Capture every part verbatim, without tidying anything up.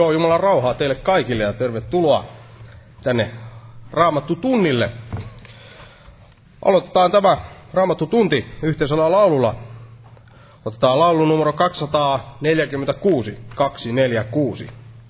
Joo, Jumalan rauhaa teille kaikille ja tervetuloa tänne Raamattu tunnille. Aloitetaan tämä Raamattu tunti yhteisellä laululla. Otetaan laulu numero kaksisataaneljäkymmentäkuusi, kaksisataaneljäkymmentäkuusi.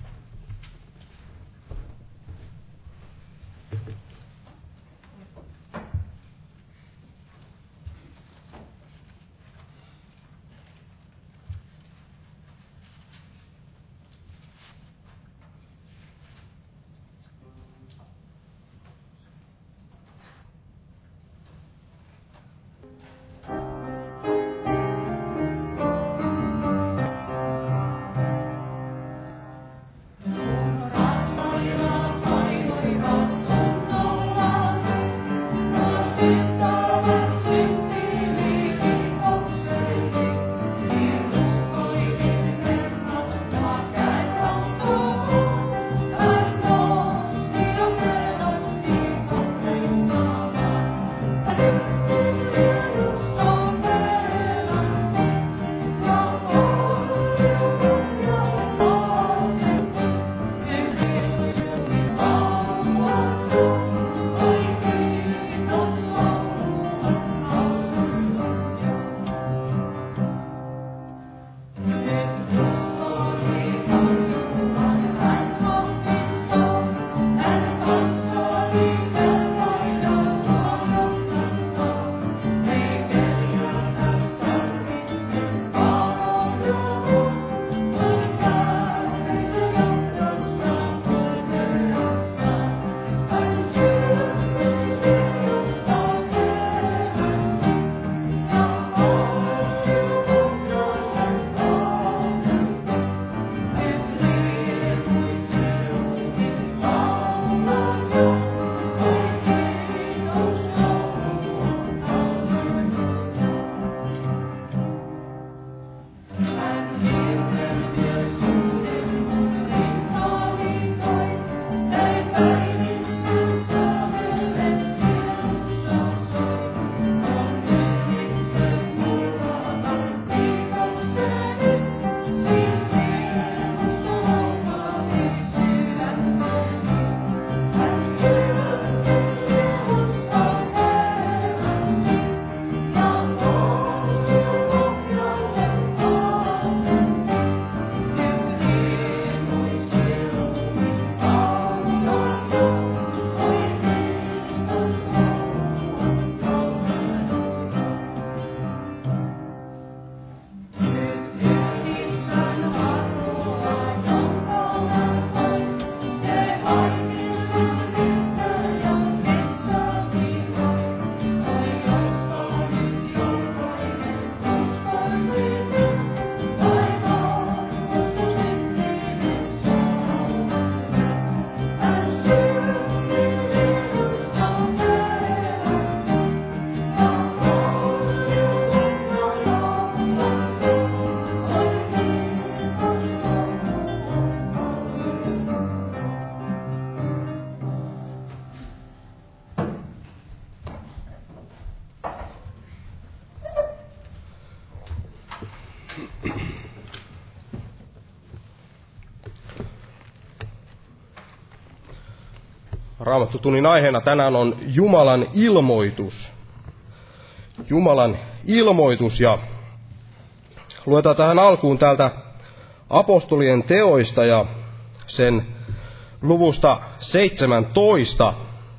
Raamattutunnin aiheena tänään on Jumalan ilmoitus. Jumalan ilmoitus ja luetaan tähän alkuun täältä apostolien teoista ja sen luvusta seitsemäntoista.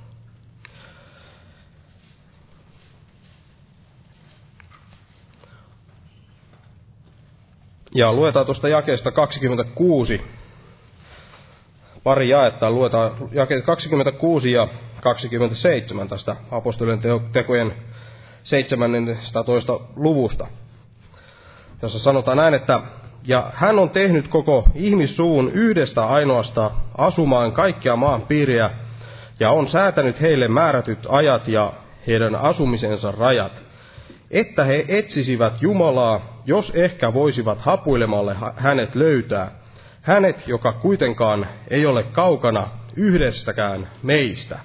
Ja luetaan tuosta jakeesta kaksikymmentäkuusi. Pari jaetta luetaan jakeet kaksikymmentäkuusi ja kaksikymmentäseitsemän tästä apostolien tekojen seitsemäntoista luvusta. Tässä sanotaan näin, että ja hän on tehnyt koko ihmissuun yhdestä ainoasta asumaan kaikkia maan piiriä ja on säätänyt heille määrätyt ajat ja heidän asumisensa rajat, että he etsisivät Jumalaa, jos ehkä voisivat hapuilemalle hänet löytää. Hänet, joka kuitenkaan ei ole kaukana yhdestäkään meistä.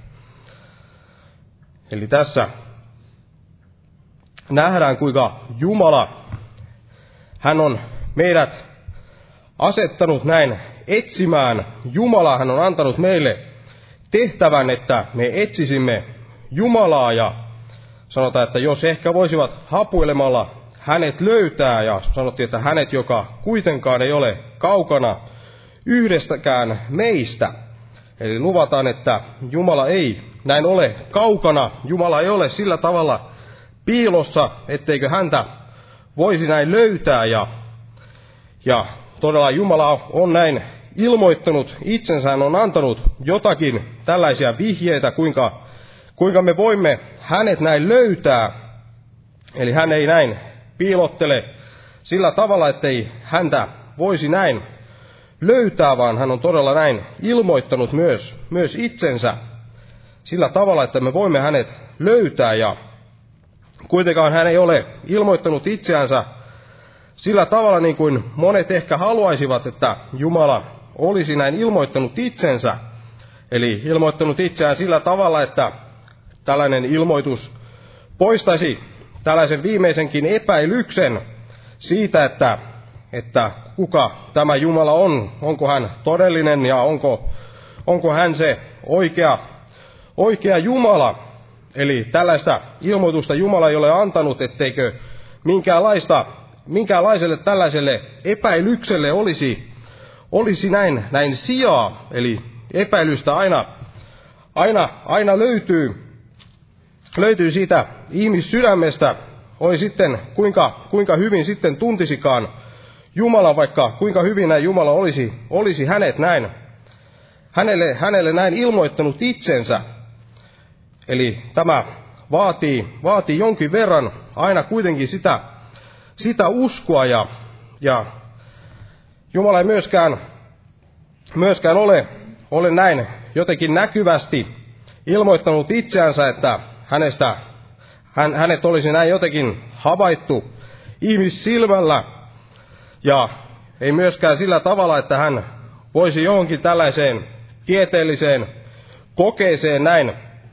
Eli tässä nähdään, kuinka Jumala, hän on meidät asettanut näin etsimään Jumalaa. Hän on antanut meille tehtävän, että me etsisimme Jumalaa, ja sanotaan, että jos ehkä voisivat hapuilemalla hänet löytää, ja sanottiin, että hänet, joka kuitenkaan ei ole kaukana yhdestäkään meistä. Eli luvataan, että Jumala ei näin ole kaukana, Jumala ei ole sillä tavalla piilossa, etteikö häntä voisi näin löytää, ja, ja todella Jumala on näin ilmoittanut itsensä, hän on antanut jotakin tällaisia vihjeitä, kuinka, kuinka me voimme hänet näin löytää. Eli hän ei näin piilottele sillä tavalla, ettei häntä voisi näin löytää, vaan hän on todella näin ilmoittanut myös, myös itsensä sillä tavalla, että me voimme hänet löytää, ja kuitenkaan hän ei ole ilmoittanut itseänsä sillä tavalla niin kuin monet ehkä haluaisivat, että Jumala olisi näin ilmoittanut itsensä. Eli ilmoittanut itseään sillä tavalla, että tällainen ilmoitus poistaisi tällaisen viimeisenkin epäilyksen siitä, että, että kuka tämä Jumala on, onko hän todellinen ja onko, onko hän se oikea, oikea Jumala. Eli tällaista ilmoitusta Jumala ei ole antanut, etteikö minkäänlaista, minkäänlaiselle tällaiselle epäilykselle olisi, olisi näin, näin sijaa. Eli epäilystä aina, aina, aina löytyy, löytyy siitä ihmissydämestä, oli sitten kuinka, kuinka hyvin sitten tuntisikaan Jumala, vaikka kuinka hyvin näin Jumala olisi, olisi hänet näin, hänelle, hänelle näin ilmoittanut itsensä. Eli tämä vaatii, vaatii jonkin verran aina kuitenkin sitä, sitä uskoa, ja, ja Jumala ei myöskään, myöskään ole, ole näin jotenkin näkyvästi ilmoittanut itseänsä, että hänestä, hän, hänet olisi näin jotenkin havaittu ihmissilmällä, ja ei myöskään sillä tavalla, että hän voisi johonkin tällaiseen tieteelliseen kokeeseen näin,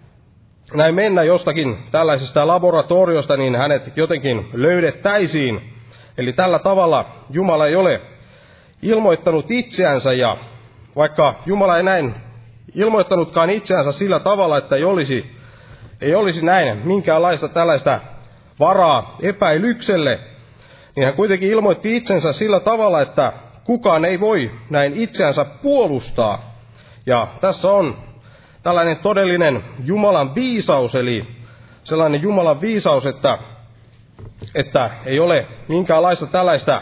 näin mennä jostakin tällaisesta laboratoriosta, niin hänet jotenkin löydettäisiin. Eli tällä tavalla Jumala ei ole ilmoittanut itseänsä, ja vaikka Jumala ei näin ilmoittanutkaan itseänsä sillä tavalla, että ei olisi, ei olisi näin minkäänlaista tällaista varaa epäilykselle, niin hän kuitenkin ilmoitti itsensä sillä tavalla, että kukaan ei voi näin itseänsä puolustaa. Ja tässä on tällainen todellinen Jumalan viisaus, eli sellainen Jumalan viisaus, että, että ei ole minkäänlaista tällaista,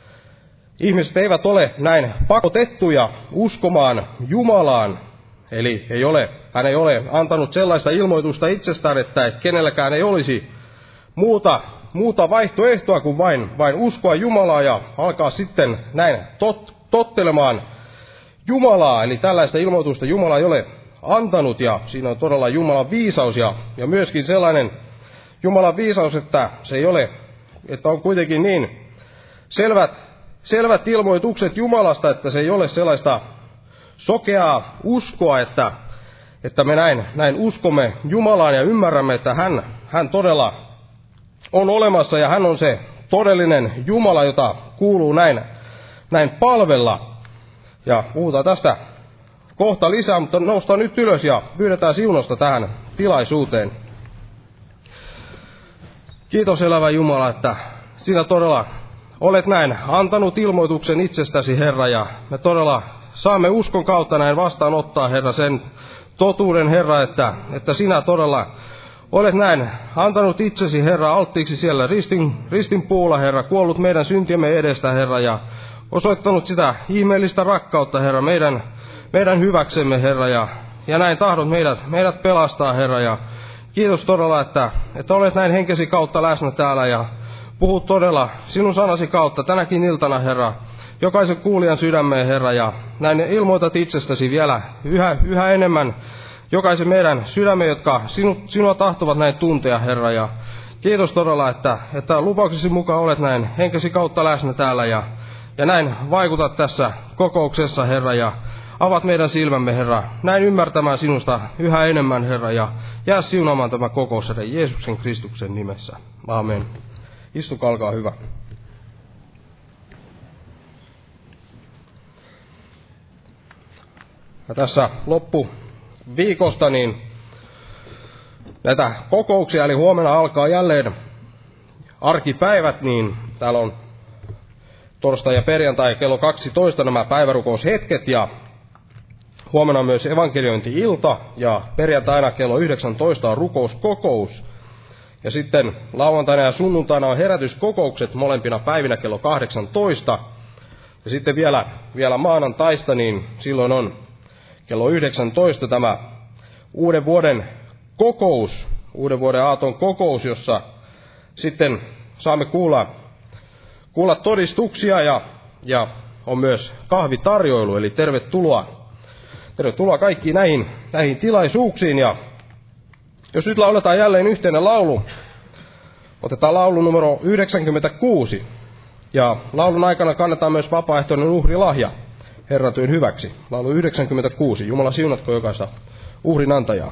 ihmiset eivät ole näin pakotettuja uskomaan Jumalaan. Eli ei ole, hän ei ole antanut sellaista ilmoitusta itsestään, että kenelläkään ei olisi muuta, muuta vaihtoehtoa kuin vain, vain uskoa Jumalaa ja alkaa sitten näin tot, tottelemaan Jumalaa. Eli tällaista ilmoitusta Jumala ei ole antanut, ja siinä on todella Jumalan viisaus, ja, ja myöskin sellainen Jumalan viisaus, että se ei ole, että on kuitenkin niin selvät, selvät ilmoitukset Jumalasta, että se ei ole sellaista sokeaa uskoa, että, että me näin, näin uskomme Jumalaan ja ymmärrämme, että hän, hän todella on olemassa ja hän on se todellinen Jumala, jota kuuluu näin, näin palvella. Ja puhutaan tästä kohta lisää, mutta noustaan nyt ylös ja pyydetään siunosta tähän tilaisuuteen. Kiitos elävä Jumala, että sinä todella olet näin antanut ilmoituksen itsestäsi, Herra, ja me todella saamme uskon kautta näin vastaanottaa, Herra, sen totuuden, Herra, että, että sinä todella olet näin antanut itsesi, Herra, alttiiksi siellä ristin, ristin puulla, Herra, kuollut meidän syntiemme edestä, Herra, ja osoittanut sitä ihmeellistä rakkautta, Herra, meidän, meidän hyväksemme, Herra, ja, ja näin tahdot meidät, meidät pelastaa, Herra, ja kiitos todella, että, että olet näin henkesi kautta läsnä täällä, ja puhut todella sinun sanasi kautta tänäkin iltana, Herra, jokaisen kuulijan sydämeen, Herra, ja näin ilmoitat itsestäsi vielä yhä, yhä enemmän jokaisen meidän sydämeen, jotka sinu, sinua tahtovat näin tuntea, Herra, ja kiitos todella, että, että lupauksesi mukaan olet näin henkesi kautta läsnä täällä, ja, ja näin vaikutat tässä kokouksessa, Herra, ja avat meidän silmämme, Herra, näin ymmärtämään sinusta yhä enemmän, Herra, ja jää siunaamaan tämä kokous, Herra, Jeesuksen Kristuksen nimessä. Amen. Istukaa, olkaa hyvä. Ja tässä loppuviikosta niin näitä kokouksia, eli huomenna alkaa jälleen arkipäivät, niin täällä on torstai ja perjantai kello kaksitoista nämä päivärukoushetket, ja huomenna on myös evankeliointi-ilta, ja perjantaina kello yhdeksäntoista on rukouskokous, ja sitten lauantaina ja sunnuntaina on herätyskokoukset molempina päivinä kello kahdeksantoista, ja sitten vielä, vielä maanantaista, niin silloin on kello yhdeksäntoista tämä uuden vuoden kokous, uuden vuoden aaton kokous, jossa sitten saamme kuulla, kuulla todistuksia ja, ja on myös kahvitarjoilu, eli tervetuloa, tervetuloa kaikkiin näihin, näihin tilaisuuksiin. Ja jos nyt lauletaan jälleen yhteinen laulu, otetaan laulu numero yhdeksänkymmentäkuusi, ja laulun aikana kannetaan myös vapaaehtoinen uhrilahja Herran työn hyväksi. Laulu yhdeksänkymmentäkuusi. Jumala siunatko jokaista uhrin antajaa.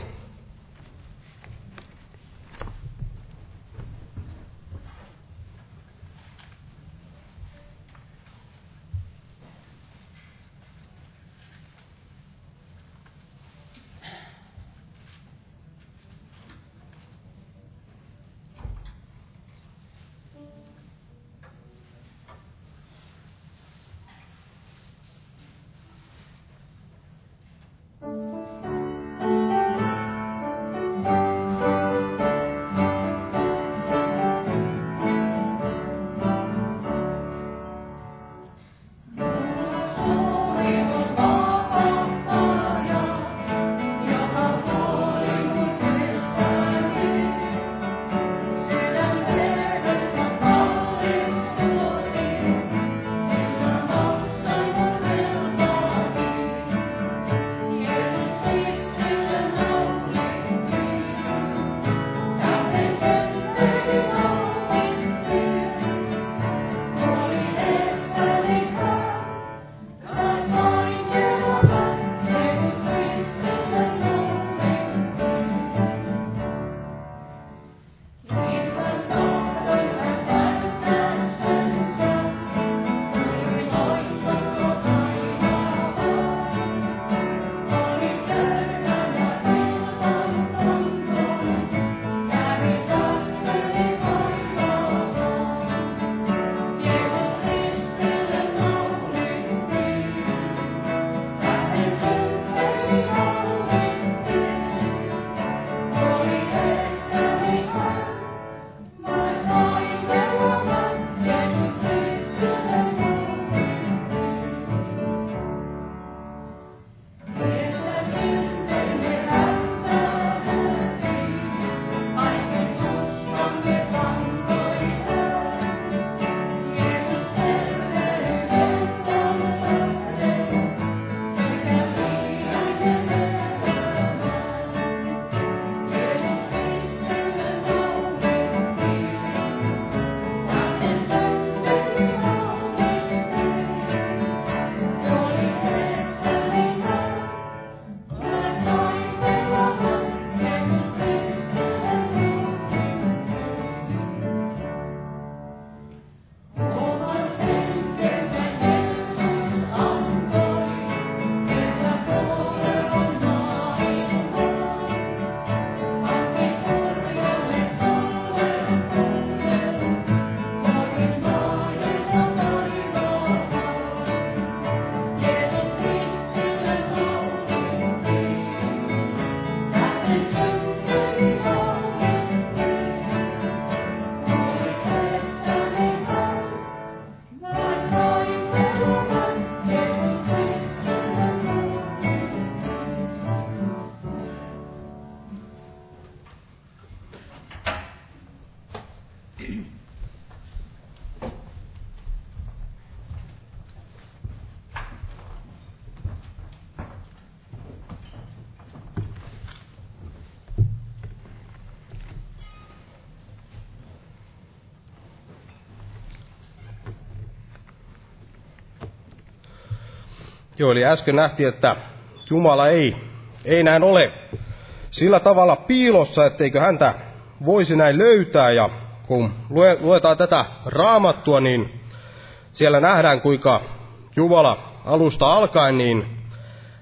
Joo, eli äsken nähtiin, että Jumala ei, ei näin ole sillä tavalla piilossa, etteikö häntä voisi näin löytää. Ja kun luetaan tätä Raamattua, niin siellä nähdään, kuinka Jumala alusta alkaen, niin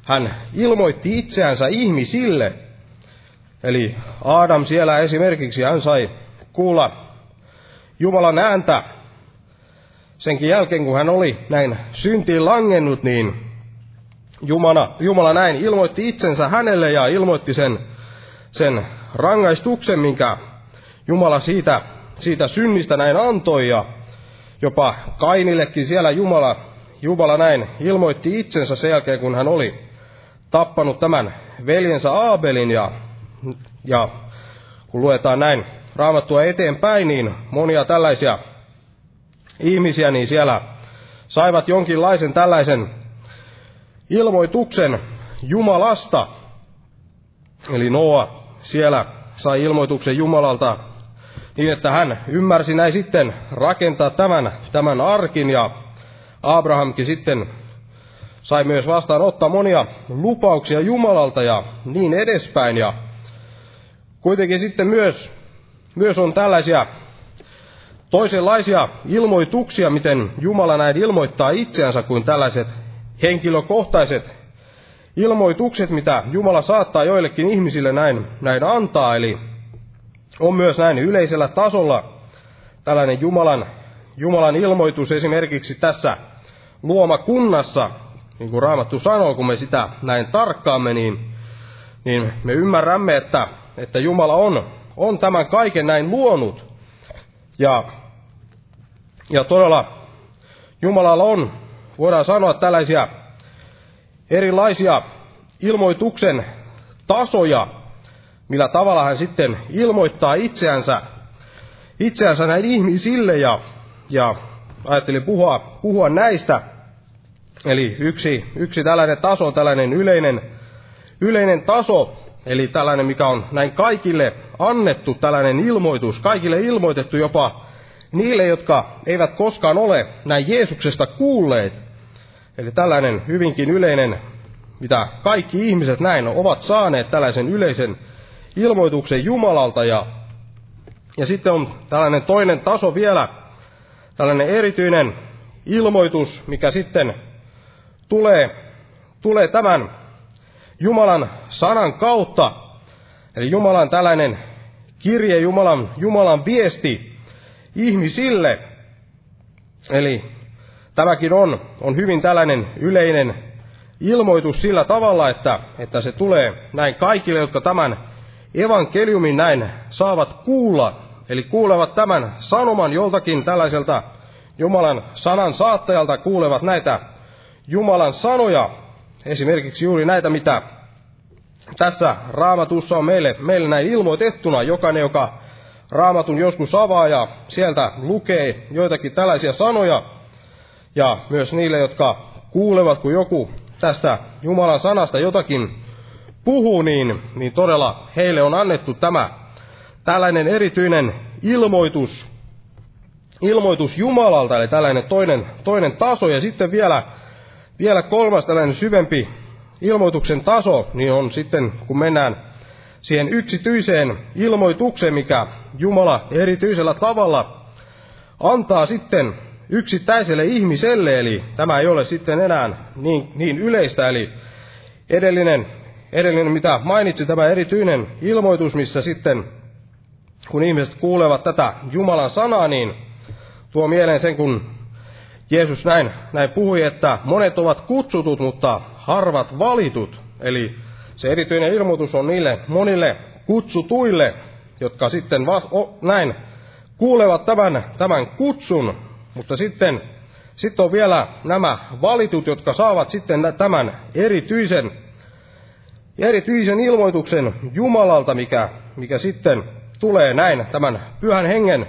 hän ilmoitti itseänsä ihmisille. Eli Aadam siellä esimerkiksi, hän sai kuulla Jumalan ääntä senkin jälkeen, kun hän oli näin syntiin langennut, niin Jumala, Jumala näin ilmoitti itsensä hänelle ja ilmoitti sen, sen rangaistuksen, minkä Jumala siitä, siitä synnistä näin antoi. Ja jopa Kainillekin siellä Jumala, Jumala näin ilmoitti itsensä sen jälkeen, kun hän oli tappanut tämän veljensä Aabelin. Ja, ja kun luetaan näin Raamattua eteenpäin, niin monia tällaisia ihmisiä, niin siellä saivat jonkinlaisen tällaisen ilmoituksen Jumalasta. Eli Noa siellä sai ilmoituksen Jumalalta niin, että hän ymmärsi näin sitten rakentaa tämän, tämän arkin, ja Abrahamkin sitten sai myös vastaanottaa monia lupauksia Jumalalta ja niin edespäin. Ja kuitenkin sitten myös, myös on tällaisia toisenlaisia ilmoituksia, miten Jumala näin ilmoittaa itseänsä, kuin tällaiset henkilökohtaiset ilmoitukset, mitä Jumala saattaa joillekin ihmisille näin, näin antaa. Eli on myös näin yleisellä tasolla tällainen Jumalan, Jumalan ilmoitus esimerkiksi tässä luomakunnassa, niin kuin Raamattu sanoo, kun me sitä näin tarkkaamme, niin, niin me ymmärrämme, että, että Jumala on, on tämän kaiken näin luonut. Ja, ja todella Jumalalla on, voidaan sanoa, tällaisia erilaisia ilmoituksen tasoja, millä tavalla hän sitten ilmoittaa itseänsä, itseänsä näin ihmisille, ja, ja ajattelin puhua, puhua näistä. Eli yksi, yksi tällainen taso, tällainen yleinen, yleinen taso, eli tällainen, mikä on näin kaikille annettu, tällainen ilmoitus, kaikille ilmoitettu, jopa niille, jotka eivät koskaan ole näin Jeesuksesta kuulleet. Eli tällainen hyvinkin yleinen, mitä kaikki ihmiset näin ovat saaneet, tällaisen yleisen ilmoituksen Jumalalta. Ja, ja sitten on tällainen toinen taso vielä, tällainen erityinen ilmoitus, mikä sitten tulee, tulee tämän Jumalan sanan kautta. Eli Jumalan tällainen kirje, Jumalan, Jumalan viesti ihmisille. Eli tämäkin on, on hyvin tällainen yleinen ilmoitus sillä tavalla, että, että se tulee näin kaikille, jotka tämän evankeliumin näin saavat kuulla. Eli kuulevat tämän sanoman joltakin tällaiselta Jumalan sanan saattajalta, kuulevat näitä Jumalan sanoja. Esimerkiksi juuri näitä, mitä tässä Raamatussa on meille, meille näin ilmoitettuna. Jokainen, joka Raamatun joskus avaa ja sieltä lukee joitakin tällaisia sanoja, ja myös niille, jotka kuulevat, kun joku tästä Jumalan sanasta jotakin puhuu, niin, niin todella heille on annettu tämä tällainen erityinen ilmoitus, ilmoitus Jumalalta, eli tällainen toinen, toinen taso. Ja sitten vielä, vielä kolmas tällainen syvempi ilmoituksen taso, niin on sitten, kun mennään siihen yksityiseen ilmoitukseen, mikä Jumala erityisellä tavalla antaa sitten yksittäiselle ihmiselle, eli tämä ei ole sitten enää niin, niin yleistä, eli edellinen, edellinen, mitä mainitsi, tämä erityinen ilmoitus, missä sitten, kun ihmiset kuulevat tätä Jumalan sanaa, niin tuo mieleen sen, kun Jeesus näin, näin puhui, että monet ovat kutsutut, mutta harvat valitut. Eli se erityinen ilmoitus on niille monille kutsutuille, jotka sitten vas, o, näin kuulevat tämän, tämän kutsun, mutta sitten, sitten on vielä nämä valitut, jotka saavat sitten tämän erityisen, erityisen ilmoituksen Jumalalta, mikä, mikä sitten tulee näin tämän pyhän hengen,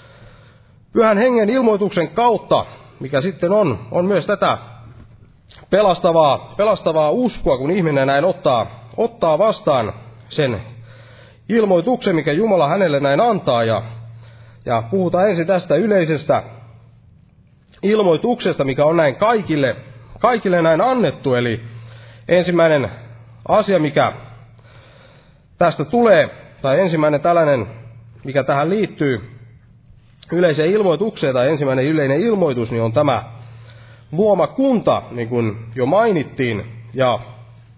pyhän hengen ilmoituksen kautta, mikä sitten on, on myös tätä pelastavaa, pelastavaa uskoa, kun ihminen näin ottaa, ottaa vastaan sen ilmoituksen, mikä Jumala hänelle näin antaa. Ja, ja puhutaan ensin tästä yleisestä ilmoituksesta, mikä on näin kaikille, kaikille näin annettu. Eli ensimmäinen asia, mikä tästä tulee, tai ensimmäinen tällainen, mikä tähän liittyy yleiseen ilmoitukseen, tai ensimmäinen yleinen ilmoitus, niin on tämä luomakunta, niin kuin jo mainittiin. Ja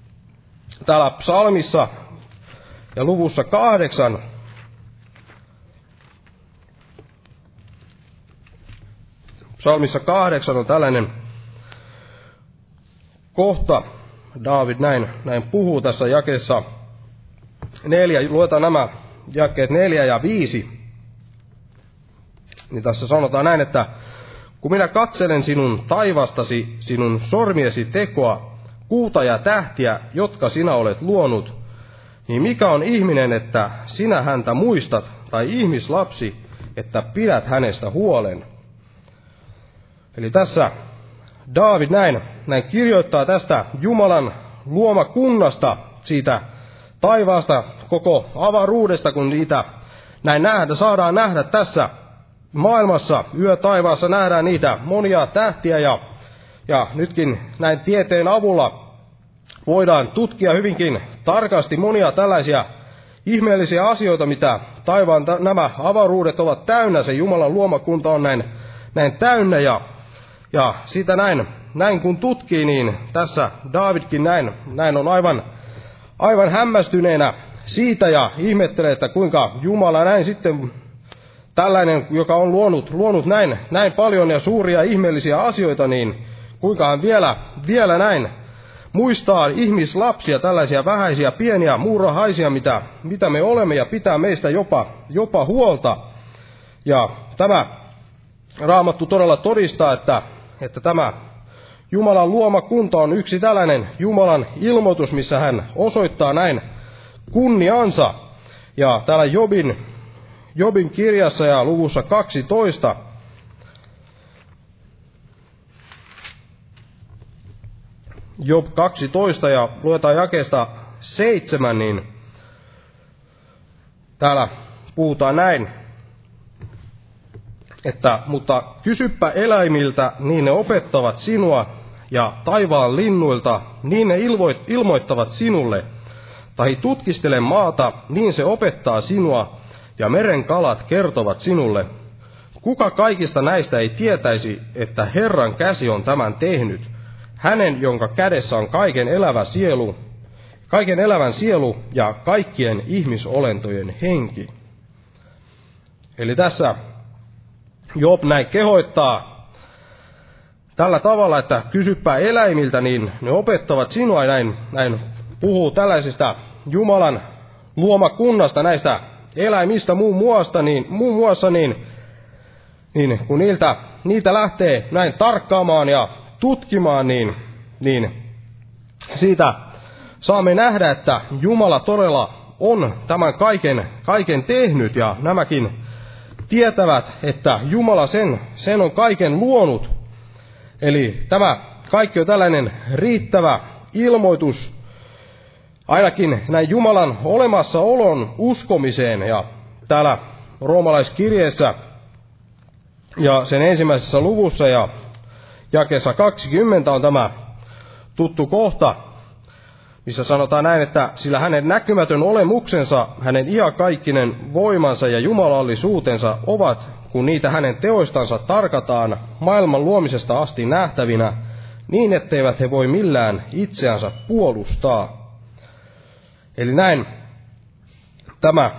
täällä psalmissa ja luvussa kahdeksan psalmissa kahdeksan on tällainen kohta. Daavid näin, näin puhuu tässä jakeessa neljä. Luetaan nämä jakeet neljä ja viisi. Niin tässä sanotaan näin, että kun minä katselen sinun taivastasi, sinun sormiesi tekoa, kuuta ja tähtiä, jotka sinä olet luonut, niin mikä on ihminen, että sinä häntä muistat, tai ihmislapsi, että pidät hänestä huolen. Eli tässä Daavid näin, näin kirjoittaa tästä Jumalan luomakunnasta, siitä taivaasta, koko avaruudesta, kun niitä näin nähdä, saadaan nähdä tässä maailmassa, yötaivaassa nähdään niitä monia tähtiä, ja, ja nytkin näin tieteen avulla voidaan tutkia hyvinkin tarkasti monia tällaisia ihmeellisiä asioita, mitä taivaan nämä avaruudet ovat täynnä, se Jumalan luomakunta on näin, näin täynnä, ja Ja sitä näin, näin kun tutkii, niin tässä Daavidkin näin, näin on aivan, aivan hämmästyneenä siitä ja ihmettelee, että kuinka Jumala näin sitten tällainen, joka on luonut, luonut näin, näin paljon ja suuria ihmeellisiä asioita, niin kuinka hän vielä, vielä näin muistaa ihmislapsia, tällaisia vähäisiä, pieniä, muurahaisia, mitä, mitä me olemme, ja pitää meistä jopa, jopa huolta. Ja tämä Raamattu todella todistaa, että että tämä Jumalan luoma kunta on yksi tällainen Jumalan ilmoitus, missä hän osoittaa näin kunniansa. Ja täällä Jobin, Jobin kirjassa ja luvussa kaksitoista, Job kaksitoista, ja luetaan jakeesta seitsemän, niin täällä puhutaan näin, että mutta kysyppä eläimiltä, niin ne opettavat sinua, ja taivaan linnuilta, niin ne ilmoittavat sinulle. Tai tutkistele maata, niin se opettaa sinua, ja meren kalat kertovat sinulle. Kuka kaikista näistä ei tietäisi, että Herran käsi on tämän tehnyt, hänen, jonka kädessä on kaiken elävä sielu, kaiken elävän sielu ja kaikkien ihmisolentojen henki. Eli tässä Job näin kehoittaa tällä tavalla, että kysyppää eläimiltä, niin ne opettavat sinua, näin, näin puhuu tällaisista Jumalan luomakunnasta, näistä eläimistä muun muassa, niin, muun muassa, niin, niin kun niiltä, niitä lähtee näin tarkkaamaan ja tutkimaan, niin, niin siitä saamme nähdä, että Jumala todella on tämän kaiken, kaiken tehnyt, ja nämäkin tietävät, että Jumala sen, sen on kaiken luonut. Eli tämä kaikki on tällainen riittävä ilmoitus ainakin näin Jumalan olemassaolon uskomiseen. Ja täällä roomalaiskirjeessä ja sen ensimmäisessä luvussa ja jakeessa kaksikymmentä on tämä tuttu kohta, missä sanotaan näin, että sillä hänen näkymätön olemuksensa, hänen iankaikkinen voimansa ja jumalallisuutensa ovat, kun niitä hänen teoistansa tarkataan maailman luomisesta asti nähtävinä, niin etteivät he voi millään itseänsä puolustaa. Eli näin tämä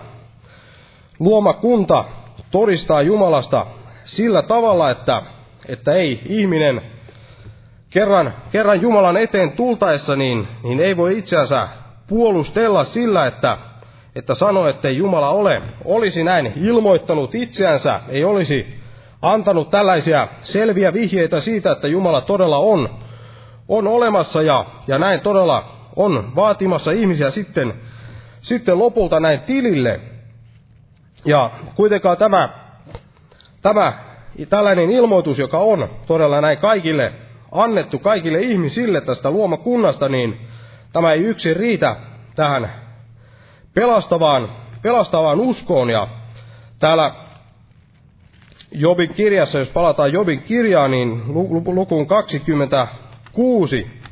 luomakunta todistaa Jumalasta sillä tavalla, että, että ei ihminen Kerran, kerran Jumalan eteen tultaessa, niin, niin ei voi itseänsä puolustella sillä, että, että sanoo, ettei Jumala ole, olisi näin ilmoittanut itseänsä, ei olisi antanut tällaisia selviä vihjeitä siitä, että Jumala todella on, on olemassa ja, ja näin todella on vaatimassa ihmisiä sitten, sitten lopulta näin tilille. Ja kuitenkaan tämä, tämä tällainen ilmoitus, joka on todella näin kaikille annettu kaikille ihmisille tästä luomakunnasta, niin tämä ei yksin riitä tähän pelastavaan, pelastavaan uskoon. Ja täällä Jobin kirjassa, jos palataan Jobin kirjaan, niin lukuun kaksikymmentäkuusi.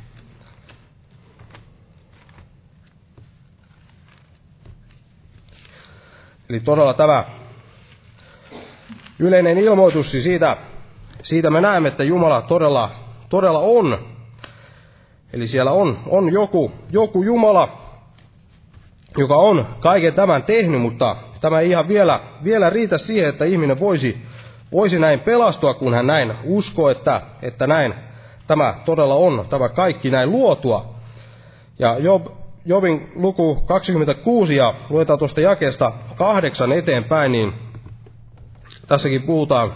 Eli todella tämä yleinen ilmoitus, siitä, siitä me näemme, että Jumala todella, todella on. Eli siellä on, on joku, joku Jumala, joka on kaiken tämän tehnyt, mutta tämä ei ihan vielä, vielä riitä siihen, että ihminen voisi, voisi näin pelastua, kun hän näin uskoo, että, että näin tämä todella on, tämä kaikki näin luotua. Ja Job, Jobin luku kaksikymmentäkuusi, ja luetaan tuosta jakeesta kahdeksan eteenpäin, niin tässäkin puhutaan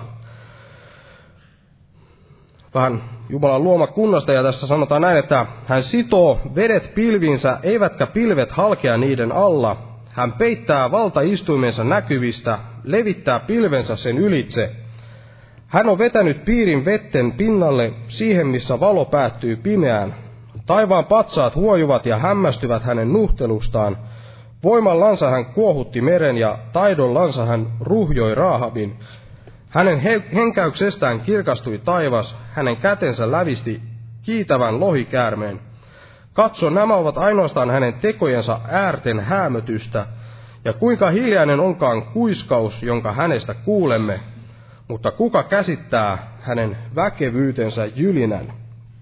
vähän Jumalan luomakunnasta, ja tässä sanotaan näin, että hän sitoo vedet pilvinsä, eivätkä pilvet halkea niiden alla. Hän peittää valtaistuimensa näkyvistä, levittää pilvensä sen ylitse. Hän on vetänyt piirin vetten pinnalle siihen, missä valo päättyy pimeään. Taivaan patsaat huojuvat ja hämmästyvät hänen nuhtelustaan. Voimallansa hän kuohutti meren ja taidollansa hän ruhjoi Raahabin. Hänen henkäyksestään kirkastui taivas, hänen kätensä lävisti kiitävän lohikäärmeen. Katso, nämä ovat ainoastaan hänen tekojensa äärten häämötystä, ja kuinka hiljainen onkaan kuiskaus, jonka hänestä kuulemme, mutta kuka käsittää hänen väkevyytensä jylinän?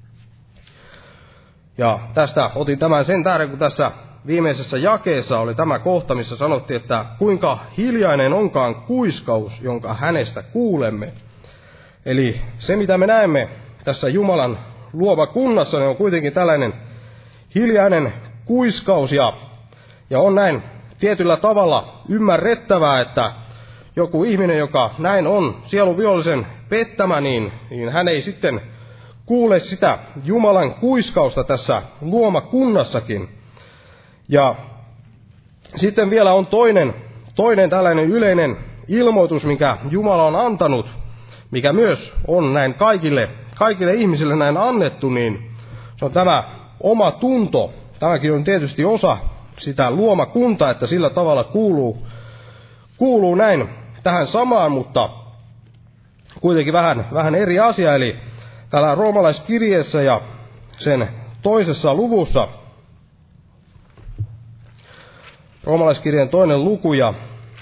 Ja tästä otin tämän sen tähden, kun tässä viimeisessä jakeessa oli tämä kohta, missä sanottiin, että kuinka hiljainen onkaan kuiskaus, jonka hänestä kuulemme. Eli se, mitä me näemme tässä Jumalan luova kunnassa, niin on kuitenkin tällainen hiljainen kuiskaus, ja, ja on näin tietyllä tavalla ymmärrettävää, että joku ihminen, joka näin on sielun vihollisen pettämä, niin, niin hän ei sitten kuule sitä Jumalan kuiskausta tässä luomakunnassakin. Ja sitten vielä on toinen, toinen tällainen yleinen ilmoitus, mikä Jumala on antanut, mikä myös on näin kaikille, kaikille ihmisille näin annettu, niin se on tämä oma tunto. Tämäkin on tietysti osa sitä luomakuntaa, että sillä tavalla kuuluu, kuuluu näin tähän samaan, mutta kuitenkin vähän, vähän eri asia. Eli täällä roomalaiskirjeessä ja sen toisessa luvussa, roomalaiskirjeen toinen luku, ja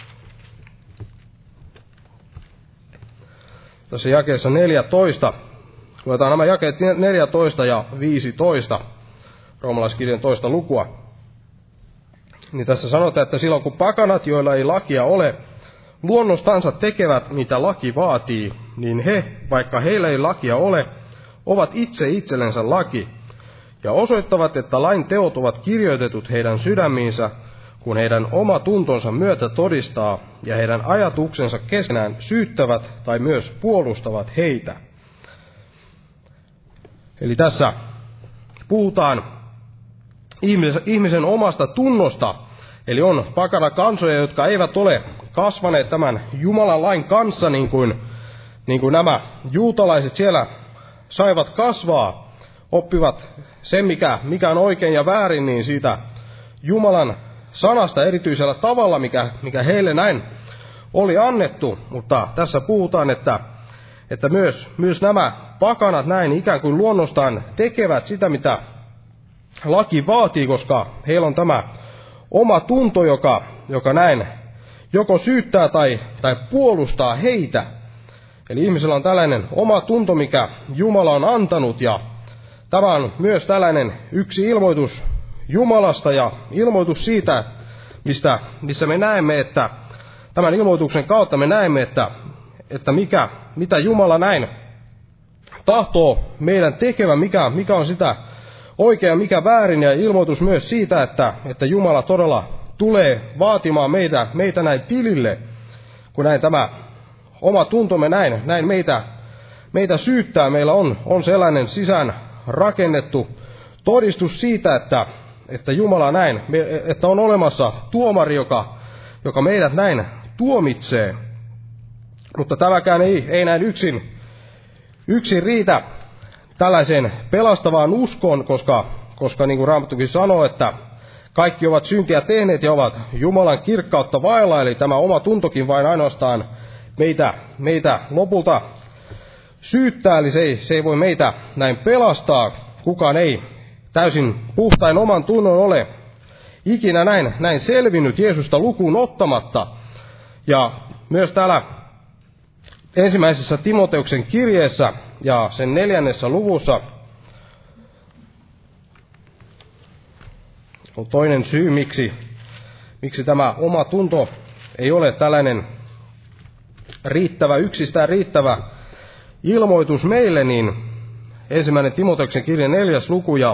tässä jakeessa neljätoista, luetaan nämä jakeet neljätoista ja viisitoista, roomalaiskirjeen toista lukua, niin tässä sanotaan, että silloin kun pakanat, joilla ei lakia ole, luonnostansa tekevät, mitä laki vaatii, niin he, vaikka heillä ei lakia ole, ovat itse itsellensä laki, ja osoittavat, että lain teot ovat kirjoitetut heidän sydämiinsä, kun heidän oma tuntonsa myötä todistaa, ja heidän ajatuksensa keskenään syyttävät tai myös puolustavat heitä. Eli tässä puhutaan ihmisen, ihmisen omasta tunnosta, eli on pakana kansoja, jotka eivät ole kasvaneet tämän Jumalan lain kanssa, niin kuin, niin kuin nämä juutalaiset siellä saivat kasvaa, oppivat sen, mikä, mikä on oikein ja väärin, niin siitä Jumalan sanasta erityisellä tavalla, mikä, mikä heille näin oli annettu. Mutta tässä puhutaan, että, että myös, myös nämä pakanat näin ikään kuin luonnostaan tekevät sitä, mitä laki vaatii, koska heillä on tämä oma tunto, joka, joka näin joko syyttää tai, tai puolustaa heitä. Eli ihmisellä on tällainen oma tunto, mikä Jumala on antanut, ja tämä on myös tällainen yksi ilmoitus Jumalasta ja ilmoitus siitä, mistä, missä me näemme, että tämän ilmoituksen kautta me näemme, että, että mikä, mitä Jumala näin tahtoo meidän tekevän, mikä, mikä on sitä oikea, mikä väärin, ja ilmoitus myös siitä, että, että Jumala todella tulee vaatimaan meitä, meitä näin tilille, kun näin tämä oma tuntomme näin, näin meitä, meitä syyttää. Meillä on, on sellainen sisään rakennettu todistus siitä, että, että Jumala näin, että on olemassa tuomari, joka, joka meidät näin tuomitsee. Mutta tämäkään ei, ei näin yksin, yksin riitä tällaiseen pelastavaan uskoon, koska, koska niin kuin Raamattukin sanoo, että kaikki ovat syntiä tehneet ja ovat Jumalan kirkkautta vailla, eli tämä oma tuntokin vain ainoastaan meitä, meitä lopulta syyttää, eli se ei, se ei voi meitä näin pelastaa. Kukaan ei täysin puhtain oman tunnon ole ikinä näin, näin selvinnyt Jeesusta lukuun ottamatta. Ja myös täällä ensimmäisessä Timoteuksen kirjeessä ja sen neljännessä luvussa on toinen syy, miksi, miksi tämä oma tunto ei ole tällainen riittävä, yksistään riittävä ilmoitus meille, niin ensimmäinen Timoteuksen kirjan neljäs luku, ja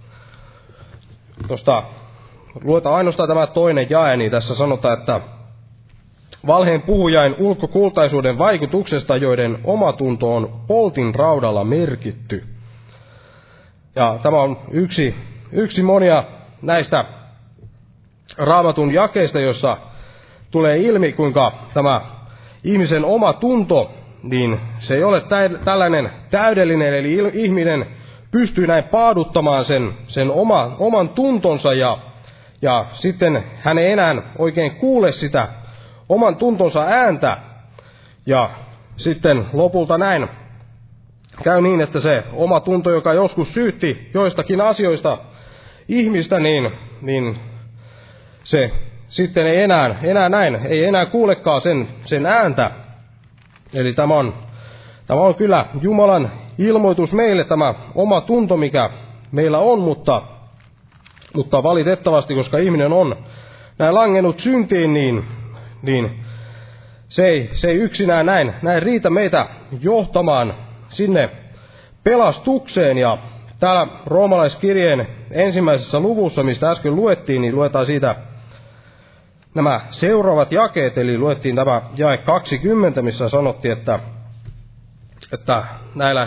tuosta luetaan ainoastaan tämä toinen jae, niin tässä sanotaan, että valheen puhujain ulkokultaisuuden vaikutuksesta, joiden omatunto on poltin raudalla merkitty. Ja tämä on yksi, yksi monia näistä Raamatun jakeista, jossa tulee ilmi, kuinka tämä ihmisen oma tunto, niin se ei ole tällainen täydellinen, eli ihminen pystyy näin paaduttamaan sen, sen oma, oman tuntonsa, ja, ja sitten hän ei enää oikein kuule sitä oman tuntonsa ääntä, ja sitten lopulta näin käy niin, että se oma tunto, joka joskus syytti joistakin asioista ihmistä, niin, niin se sitten ei enää, enää näin, ei enää kuulekaan sen, sen ääntä. Eli tämä on, tämä on kyllä Jumalan ilmoitus meille, tämä oma tunto, mikä meillä on, mutta, mutta valitettavasti, koska ihminen on näin langennut syntiin, niin, niin se, ei, se ei yksinään näin, näin riitä meitä johtamaan sinne pelastukseen. Ja täällä roomalaiskirjeen ensimmäisessä luvussa, mistä äsken luettiin, niin luetaan siitä nämä seuraavat jakeet, eli luettiin tämä jae kaksikymmentä, missä sanottiin, että, että näillä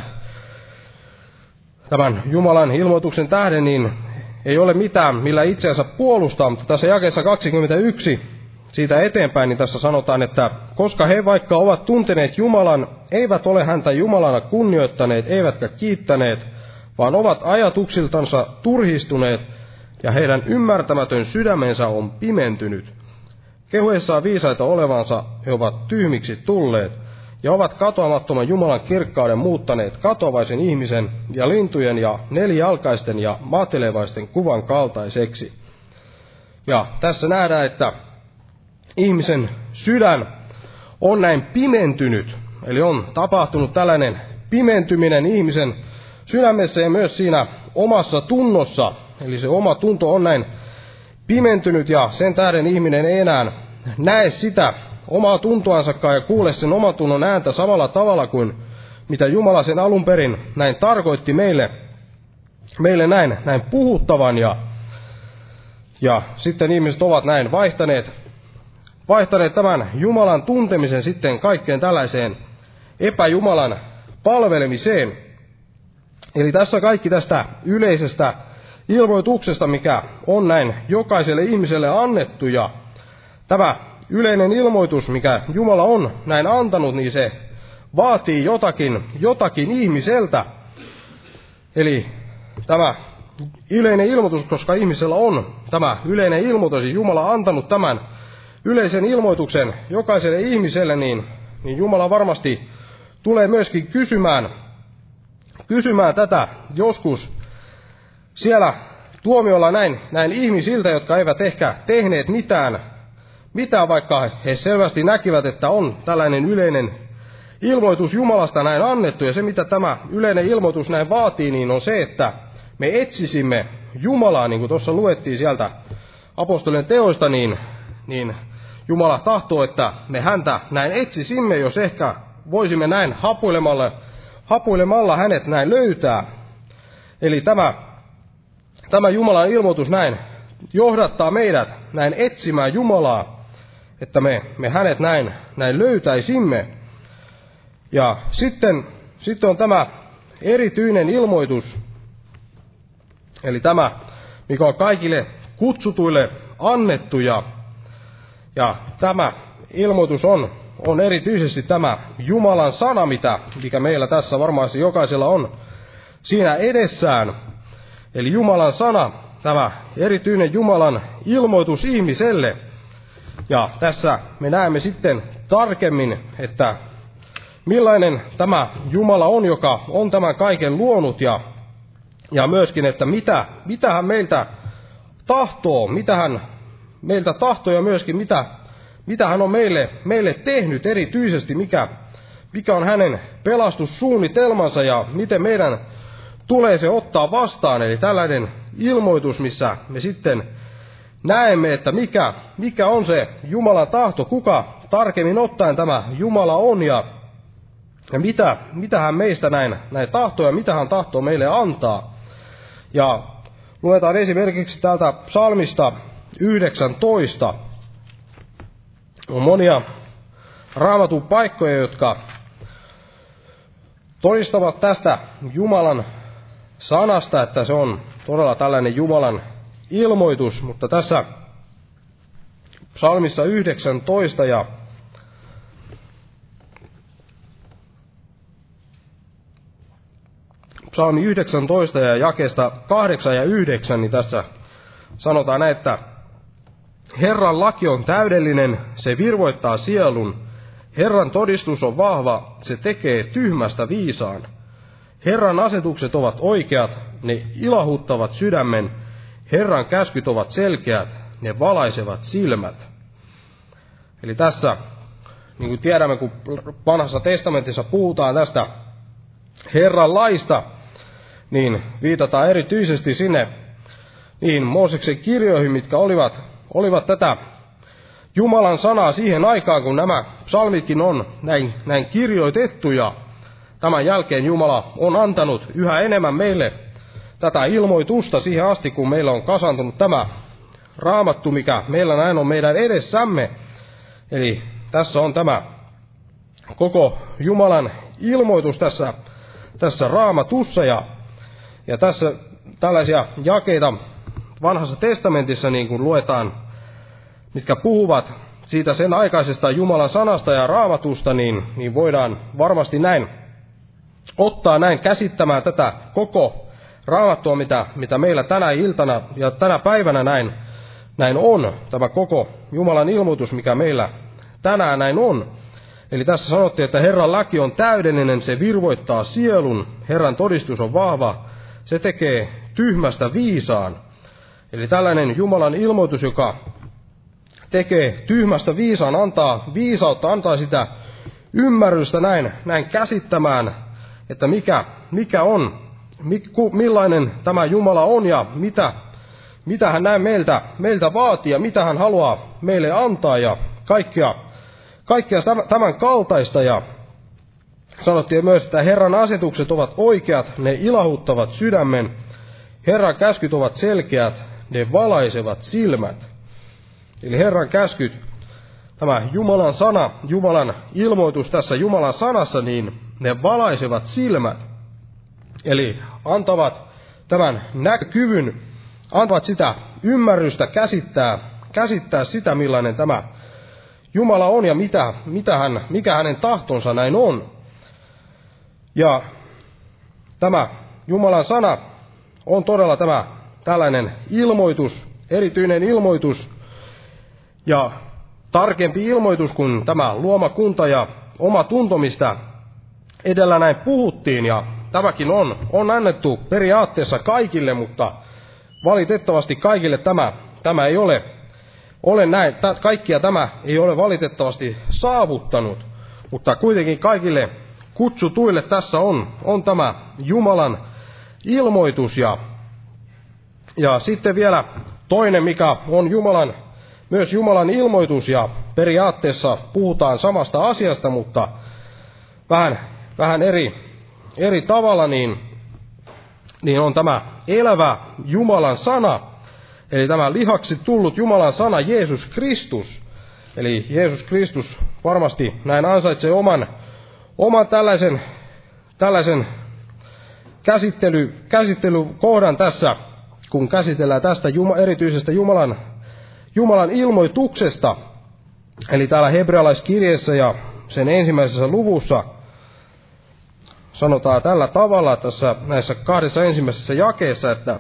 tämän Jumalan ilmoituksen tähden niin ei ole mitään, millä itseänsä puolustaa, mutta tässä jakeessa kaksikymmentäyksi siitä eteenpäin, niin tässä sanotaan, että koska he vaikka ovat tunteneet Jumalan, eivät ole häntä Jumalana kunnioittaneet, eivätkä kiittäneet, vaan ovat ajatuksiltansa turhistuneet, ja heidän ymmärtämätön sydämensä on pimentynyt. Kehuessaan viisaita olevansa he ovat tyhmiksi tulleet, ja ovat katoamattoman Jumalan kirkkauden muuttaneet katoavaisen ihmisen ja lintujen ja nelijalkaisten ja matelevaisten kuvan kaltaiseksi. Ja tässä nähdään, että ihmisen sydän on näin pimentynyt, eli on tapahtunut tällainen pimentyminen ihmisen sydämessä ja myös siinä omassa tunnossa, eli se oma tunto on näin pimentynyt, ja sen tähden ihminen ei enää näe sitä omaa tuntoansakaan ja kuule sen oman tunnon ääntä samalla tavalla kuin mitä Jumala sen alun perin näin tarkoitti meille, meille näin, näin puhuttavan, ja, ja sitten ihmiset ovat näin vaihtaneet, vaihtaneet tämän Jumalan tuntemisen sitten kaikkeen tällaiseen epäjumalan palvelemiseen. Eli tässä kaikki tästä yleisestä ilmoituksesta, mikä on näin jokaiselle ihmiselle annettu, ja tämä yleinen ilmoitus, mikä Jumala on näin antanut, niin se vaatii jotakin, jotakin ihmiseltä. Eli tämä yleinen ilmoitus, koska ihmisellä on tämä yleinen ilmoitus, ja Jumala on antanut tämän yleisen ilmoituksen jokaiselle ihmiselle, niin, niin Jumala varmasti tulee myöskin kysymään, kysymään tätä joskus siellä tuomiolla näin, näin ihmisiltä, jotka eivät ehkä tehneet mitään, mitään, vaikka he selvästi näkivät, että on tällainen yleinen ilmoitus Jumalasta näin annettu. Ja se, mitä tämä yleinen ilmoitus näin vaatii, niin on se, että me etsisimme Jumalaa, niin kuin tuossa luettiin sieltä apostolien teoista, niin, niin Jumala tahtoo, että me häntä näin etsisimme, jos ehkä voisimme näin hapuilemalla, hapuilemalla hänet näin löytää. Eli tämä, tämä Jumalan ilmoitus näin johdattaa meidät näin etsimään Jumalaa, että me, me hänet näin, näin löytäisimme. Ja sitten, sitten on tämä erityinen ilmoitus, eli tämä, mikä on kaikille kutsutuille annettu, ja, ja tämä ilmoitus on, on erityisesti tämä Jumalan sana, mitä, mikä meillä tässä varmasti jokaisella on siinä edessään. Eli Jumalan sana, tämä erityinen Jumalan ilmoitus ihmiselle. Ja tässä me näemme sitten tarkemmin, että millainen tämä Jumala on, joka on tämän kaiken luonut, ja, ja myöskin, että mitä, mitä hän meiltä tahtoo, mitä hän meiltä tahtoo, ja myöskin mitä, mitä hän on meille, meille tehnyt erityisesti, mikä, mikä on hänen pelastussuunnitelmansa ja miten meidän tulee se ottaa vastaan. Eli tällainen ilmoitus, missä me sitten näemme, että mikä, mikä on se Jumalan tahto, kuka tarkemmin ottaen tämä Jumala on ja, ja mitä, mitä hän meistä näin, näin tahtoo ja mitä hän tahtoo meille antaa. Ja luetaan esimerkiksi täältä psalmista yhdeksäntoista. On monia Raamatun paikkoja, jotka todistavat tästä Jumalan sanasta, että se on todella tällainen Jumalan ilmoitus, mutta tässä psalmissa yhdeksäntoista ja psalmi yhdeksäntoista ja jakeesta kahdeksan ja yhdeksän, niin tässä sanotaan näin, että Herran laki on täydellinen, se virvoittaa sielun. Herran todistus on vahva, se tekee tyhmästä viisaan. Herran asetukset ovat oikeat, ne ilahuttavat sydämen. Herran käskyt ovat selkeät, ne valaisevat silmät. Eli tässä, niin kuin tiedämme, kun vanhassa testamentissa puhutaan tästä Herran laista, niin viitataan erityisesti sinne niihin Mooseksen kirjoihin, mitkä olivat, olivat tätä Jumalan sanaa siihen aikaan, kun nämä psalmitkin on näin, näin kirjoitettu, ja tämän jälkeen Jumala on antanut yhä enemmän meille tätä ilmoitusta siihen asti, kun meillä on kasantunut tämä Raamattu, mikä meillä näin on meidän edessämme. Eli tässä on tämä koko Jumalan ilmoitus tässä, tässä Raamatussa, ja, ja tässä tällaisia jakeita vanhassa testamentissa, niin kuin luetaan, mitkä puhuvat siitä sen aikaisesta Jumalan sanasta ja Raamatusta, niin, niin voidaan varmasti näin ottaa näin käsittämään tätä koko Raamattua, mitä, mitä meillä tänä iltana ja tänä päivänä näin, näin on, tämä koko Jumalan ilmoitus, mikä meillä tänään näin on. Eli tässä sanottiin, että Herran laki on täydellinen, se virvoittaa sielun, Herran todistus on vahva, se tekee tyhmästä viisaan. Eli tällainen Jumalan ilmoitus, joka tekee tyhmästä viisaan, antaa viisautta, antaa sitä ymmärrystä näin, näin käsittämään, että mikä, mikä on, millainen tämä Jumala on ja mitä, mitä hän näin meiltä, meiltä vaatii ja mitä hän haluaa meille antaa ja kaikkea, kaikkea tämän kaltaista. Ja sanottiin myös, että Herran asetukset ovat oikeat, ne ilahuttavat sydämen, Herran käskyt ovat selkeät, ne valaisevat silmät. Eli Herran käskyt, tämä Jumalan sana, Jumalan ilmoitus tässä Jumalan sanassa, niin ne valaisevat silmät. Eli antavat tämän näkökyvyn, antavat sitä ymmärrystä käsittää, käsittää sitä, millainen tämä Jumala on ja mitä, mitä hän, mikä hänen tahtonsa näin on. Ja tämä Jumalan sana on todella tämä tällainen ilmoitus, erityinen ilmoitus ja tarkempi ilmoitus kuin tämä luomakunta ja oma tunto, mistä edellä näin puhuttiin, ja tämäkin on, on annettu periaatteessa kaikille, mutta valitettavasti kaikille tämä, tämä ei ole, ole näin, tä, kaikkia tämä ei ole valitettavasti saavuttanut, mutta kuitenkin kaikille kutsutuille tässä on, on tämä Jumalan ilmoitus, ja, ja sitten vielä toinen, mikä on Jumalan, myös Jumalan ilmoitus, ja periaatteessa puhutaan samasta asiasta, mutta vähän, vähän eri, eri tavalla, niin, niin on tämä elävä Jumalan sana, eli tämä lihaksi tullut Jumalan sana, Jeesus Kristus. Eli Jeesus Kristus varmasti näin ansaitsee oman, oman tällaisen, tällaisen käsittely, käsittelykohdan tässä, kun käsitellään tästä Juma, erityisestä Jumalan, Jumalan ilmoituksesta. Eli täällä hebrealaiskirjeessä ja sen ensimmäisessä luvussa sanotaan tällä tavalla tässä näissä kahdessa ensimmäisessä jakeessa, että,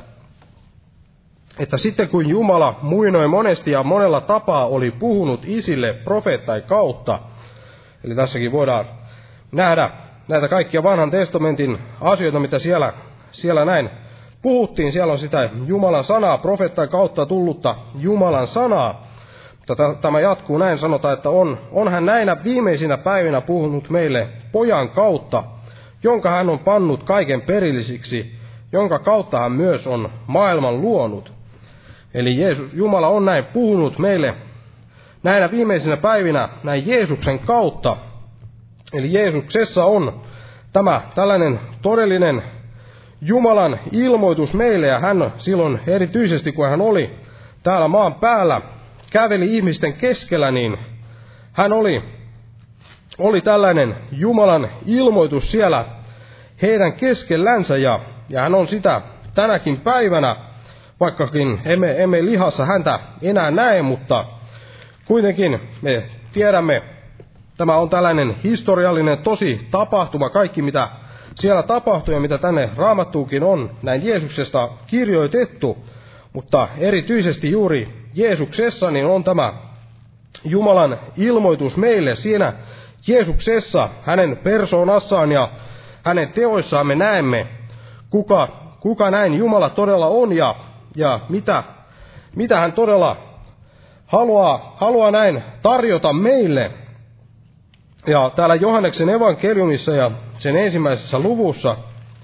että sitten kun Jumala muinoin monesti ja monella tapaa oli puhunut isille profeettain kautta, eli tässäkin voidaan nähdä näitä kaikkia vanhan testamentin asioita, mitä siellä, siellä näin puhuttiin. Siellä on sitä Jumalan sanaa, profeettain kautta tullutta Jumalan sanaa. Mutta tämä jatkuu näin, sanotaan, että on, on hän näinä viimeisinä päivinä puhunut meille pojan kautta, jonka hän on pannut kaiken perillisiksi, jonka kautta hän myös on maailman luonut. Eli Jeesus, Jumala on näin puhunut meille näinä viimeisinä päivinä näin Jeesuksen kautta. Eli Jeesuksessa on tämä tällainen todellinen Jumalan ilmoitus meille, ja hän silloin erityisesti, kun hän oli täällä maan päällä, käveli ihmisten keskellä, niin hän oli, oli tällainen Jumalan ilmoitus siellä heidän keskellänsä, ja, ja hän on sitä tänäkin päivänä, vaikkakin emme, emme lihassa häntä enää näe, mutta kuitenkin me tiedämme, tämä on tällainen historiallinen tosi tapahtuma, kaikki mitä siellä tapahtui ja mitä tänne Raamattuukin on näin Jeesuksesta kirjoitettu, mutta erityisesti juuri Jeesuksessa niin on tämä Jumalan ilmoitus meille. Siinä Jeesuksessa, hänen persoonassaan ja hänen teoissaan me näemme, kuka, kuka näin Jumala todella on ja, ja mitä, mitä hän todella haluaa, haluaa näin tarjota meille. Ja täällä Johanneksen evankeliumissa ja sen ensimmäisessä luvussa,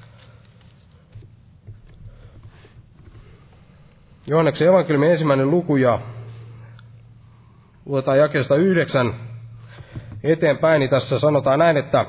Johanneksen evankeliumin ensimmäinen luku ja luetaan jakeesta yhdeksän eteenpäin, niin tässä sanotaan näin, että,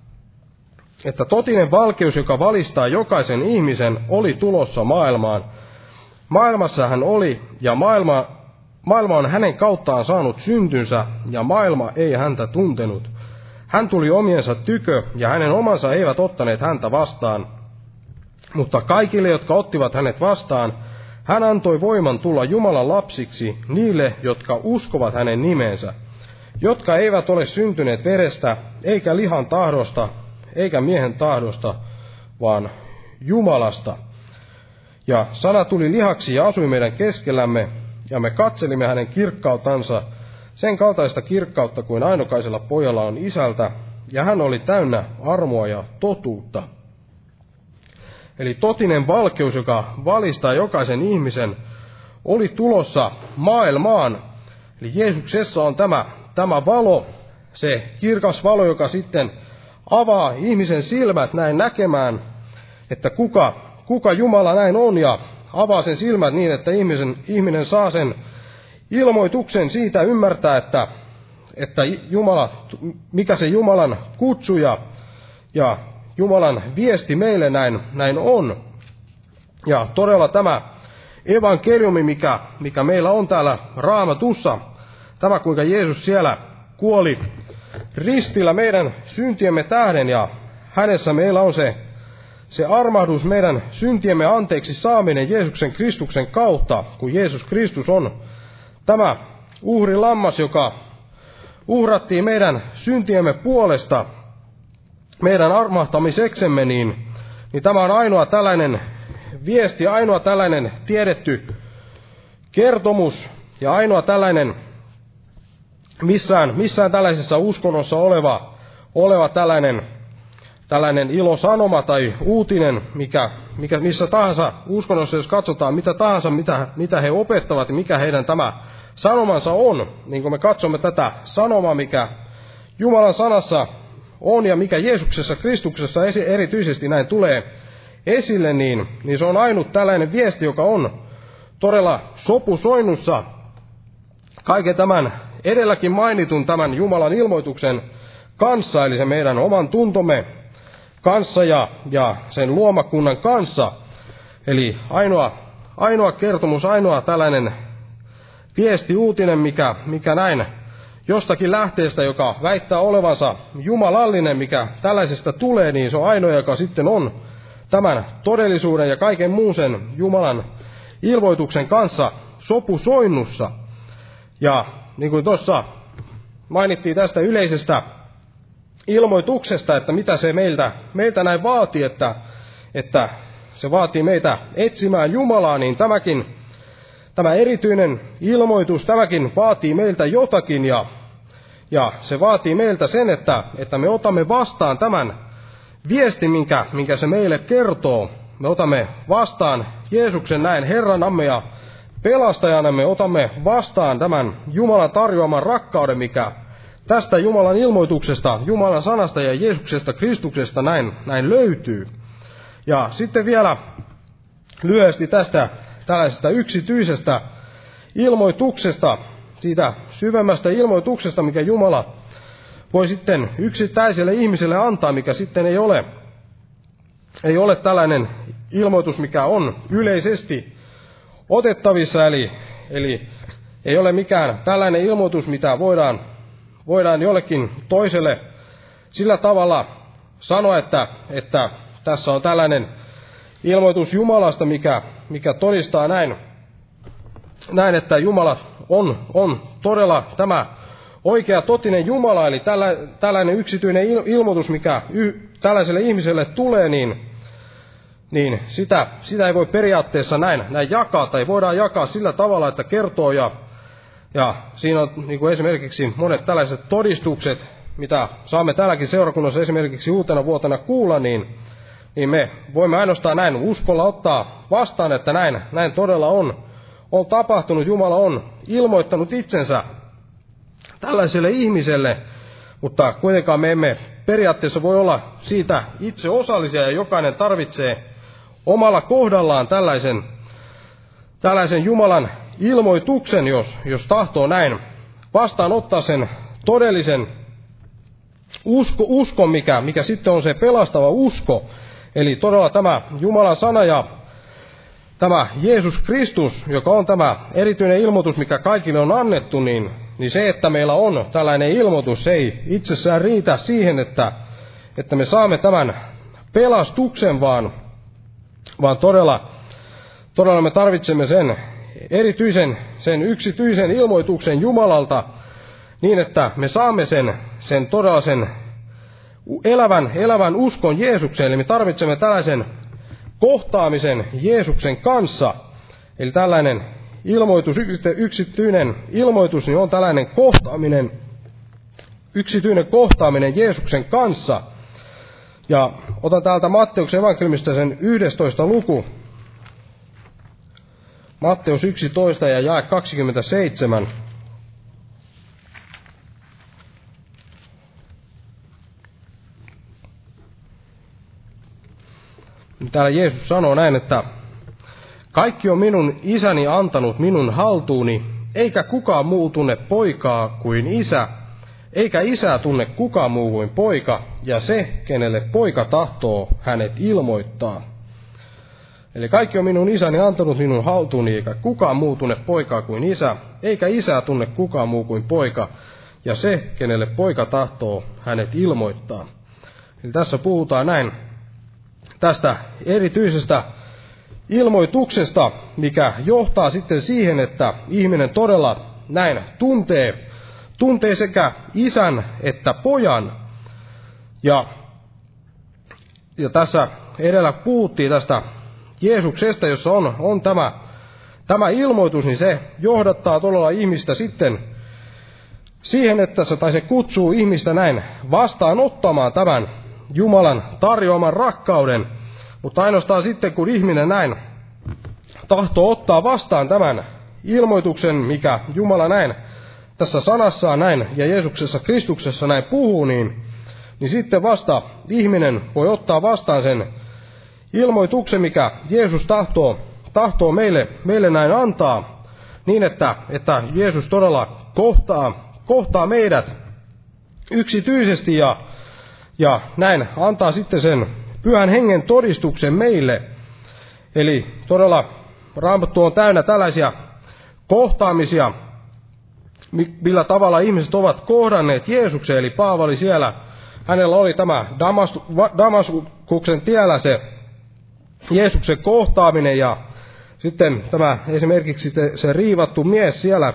että totinen valkeus, joka valistaa jokaisen ihmisen, oli tulossa maailmaan. Maailmassa hän oli, ja maailma, maailma on hänen kauttaan saanut syntynsä, ja maailma ei häntä tuntenut. Hän tuli omiensa tykö, ja hänen omansa eivät ottaneet häntä vastaan. Mutta kaikille, jotka ottivat hänet vastaan, hän antoi voiman tulla Jumalan lapsiksi niille, jotka uskovat hänen nimensä, jotka eivät ole syntyneet verestä, eikä lihan tahdosta, eikä miehen tahdosta, vaan Jumalasta. Ja sana tuli lihaksi ja asui meidän keskellämme, ja me katselimme hänen kirkkautansa, sen kaltaista kirkkautta kuin ainokaisella pojalla on isältä, ja hän oli täynnä armoa ja totuutta. Eli totinen valkeus, joka valistaa jokaisen ihmisen, oli tulossa maailmaan. Eli Jeesuksessa on tämä, tämä valo, se kirkas valo, joka sitten avaa ihmisen silmät näin näkemään, että kuka, kuka Jumala näin on, ja avaa sen silmät niin, että ihmisen, ihminen saa sen ilmoituksen siitä ymmärtää, että, että Jumala, mikä se Jumalan kutsu ja, ja Jumalan viesti meille näin, näin on. Ja todella tämä evankeliumi, mikä, mikä meillä on täällä Raamatussa, tämä kuinka Jeesus siellä kuoli ristillä meidän syntiemme tähden, ja hänessä meillä on se, se armahdus, meidän syntiemme anteeksi saaminen Jeesuksen Kristuksen kautta, kun Jeesus Kristus on tämä uhrilammas, joka uhrattiin meidän syntiemme puolesta, meidän armahtamiseksemme, niin, niin tämä on ainoa tällainen viesti, ainoa tällainen tiedetty kertomus ja ainoa tällainen missään, missään tällaisessa uskonnossa oleva, oleva tällainen, tällainen ilosanoma tai uutinen, mikä, mikä missä tahansa uskonnossa, jos katsotaan mitä tahansa, mitä, mitä he opettavat ja mikä heidän tämä sanomansa on, niin kun me katsomme tätä sanomaa, mikä Jumalan sanassa on ja mikä Jeesuksessa Kristuksessa erityisesti näin tulee esille, niin, niin se on ainut tällainen viesti, joka on todella sopusoinnussa kaiken tämän edelläkin mainitun tämän Jumalan ilmoituksen kanssa, eli se meidän oman tuntomme kanssa ja, ja sen luomakunnan kanssa. Eli ainoa, ainoa kertomus, ainoa tällainen viesti, uutinen, mikä, mikä näin jostakin lähteestä, joka väittää olevansa jumalallinen, mikä tällaisesta tulee, niin se on ainoa, joka sitten on tämän todellisuuden ja kaiken muun sen Jumalan ilmoituksen kanssa sopusoinnussa. Ja niin kuin tuossa mainittiin tästä yleisestä ilmoituksesta, että mitä se meiltä, meiltä näin vaatii, että, että se vaatii meitä etsimään Jumalaa, niin tämäkin, tämä erityinen ilmoitus, tämäkin vaatii meiltä jotakin, ja, ja se vaatii meiltä sen, että, että me otamme vastaan tämän viestin, minkä, minkä se meille kertoo. Me otamme vastaan Jeesuksen näin Herranamme ja pelastajanamme, otamme vastaan tämän Jumalan tarjoaman rakkauden, mikä tästä Jumalan ilmoituksesta, Jumalan sanasta ja Jeesuksesta Kristuksesta näin, näin löytyy. Ja sitten vielä lyhyesti tästä tällaisesta yksityisestä ilmoituksesta, siitä syvemmästä ilmoituksesta, mikä Jumala voi sitten yksittäiselle ihmiselle antaa, mikä sitten ei ole, ei ole tällainen ilmoitus, mikä on yleisesti otettavissa, eli, eli ei ole mikään tällainen ilmoitus, mitä voidaan, voidaan jollekin toiselle sillä tavalla sanoa, että, että tässä on tällainen ilmoitus Jumalasta, mikä, mikä todistaa näin, näin, että Jumala on, on todella tämä oikea totinen Jumala, eli tällä, tällainen yksityinen il, ilmoitus, mikä y, tällaiselle ihmiselle tulee, niin, niin sitä, sitä ei voi periaatteessa näin, näin jakaa, tai voidaan jakaa sillä tavalla, että kertoo, ja, ja siinä on niin kuin esimerkiksi monet tällaiset todistukset, mitä saamme täälläkin seurakunnassa esimerkiksi uutena vuotena kuulla, niin, niin me voimme ainoastaan näin uskolla ottaa vastaan, että näin, näin todella on, on tapahtunut. Jumala on ilmoittanut itsensä tällaiselle ihmiselle, mutta kuitenkaan me emme periaatteessa voi olla siitä itse osallisia, ja jokainen tarvitsee omalla kohdallaan tällaisen, tällaisen Jumalan ilmoituksen, jos, jos tahtoo näin vastaanottaa sen todellisen usko, uskon, mikä, mikä sitten on se pelastava usko. Eli todella tämä Jumalan sana ja tämä Jeesus Kristus, joka on tämä erityinen ilmoitus, mikä kaikille on annettu, niin, niin se, että meillä on tällainen ilmoitus, se ei itsessään riitä siihen, että, että me saamme tämän pelastuksen, vaan, vaan todella, todella me tarvitsemme sen erityisen, sen yksityisen ilmoituksen Jumalalta, niin että me saamme sen, sen todella sen elävän, elävän uskon Jeesukseen. Eli me tarvitsemme tällaisen kohtaamisen Jeesuksen kanssa. Eli tällainen ilmoitus, yksityinen ilmoitus, niin on tällainen kohtaaminen, yksityinen kohtaaminen Jeesuksen kanssa. Ja otan täältä Matteuksen evankeliumista sen yhdestoista luku. Matteus yksitoista ja jae kaksikymmentäseitsemän. Täällä Jeesus sanoo näin, että kaikki on minun isäni antanut minun haltuuni, eikä kukaan muu tunne poikaa kuin isä, eikä isää tunne kukaan muu kuin poika, ja se, kenelle poika tahtoo hänet ilmoittaa. Eli kaikki on minun isäni antanut minun haltuuni, eikä kukaan muu tunne poikaa kuin isä, eikä isää tunne kukaan muu kuin poika, ja se, kenelle poika tahtoo hänet ilmoittaa. Eli tässä puhutaan näin tästä erityisestä ilmoituksesta, mikä johtaa sitten siihen, että ihminen todella näin tuntee, tuntee sekä isän että pojan. Ja, ja tässä edellä puhuttiin tästä Jeesuksesta, jossa on, on tämä, tämä ilmoitus, niin se johdattaa todella ihmistä sitten siihen, että se, tai se kutsuu ihmistä näin vastaanottamaan tämän Jumalan tarjoaman rakkauden, mutta ainoastaan sitten, kun ihminen näin tahtoo ottaa vastaan tämän ilmoituksen, mikä Jumala näin tässä sanassaan näin ja Jeesuksessa Kristuksessa näin puhuu, niin, niin sitten vasta ihminen voi ottaa vastaan sen ilmoituksen, mikä Jeesus tahtoo, tahtoo meille, meille näin antaa, niin että, että Jeesus todella kohtaa, kohtaa meidät yksityisesti ja Ja näin antaa sitten sen pyhän hengen todistuksen meille. Eli todella Raamattu on täynnä tällaisia kohtaamisia, millä tavalla ihmiset ovat kohdanneet Jeesuksen. Eli Paavali siellä, hänellä oli tämä Damaskuksen tiellä se Jeesuksen kohtaaminen, ja sitten tämä esimerkiksi se riivattu mies siellä,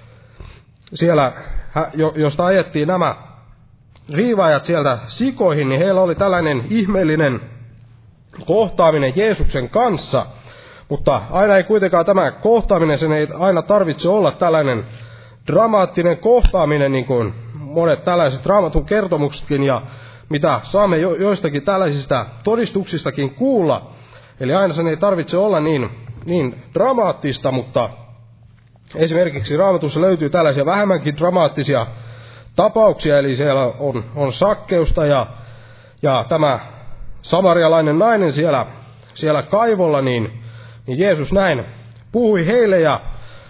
siellä josta ajettiin nämä riivaajat sieltä sikoihin, niin heillä oli tällainen ihmeellinen kohtaaminen Jeesuksen kanssa, mutta aina ei kuitenkaan tämä kohtaaminen, sen ei aina tarvitse olla tällainen dramaattinen kohtaaminen, niin kuin monet tällaiset Raamatun kertomuksetkin, ja mitä saamme jo, joistakin tällaisista todistuksistakin kuulla. Eli aina sen ei tarvitse olla niin, niin dramaattista, mutta esimerkiksi Raamatussa löytyy tällaisia vähemmänkin dramaattisia tapauksia, eli siellä on, on Sakkeusta ja, ja tämä samarialainen nainen siellä, siellä kaivolla, niin, niin Jeesus näin puhui heille ja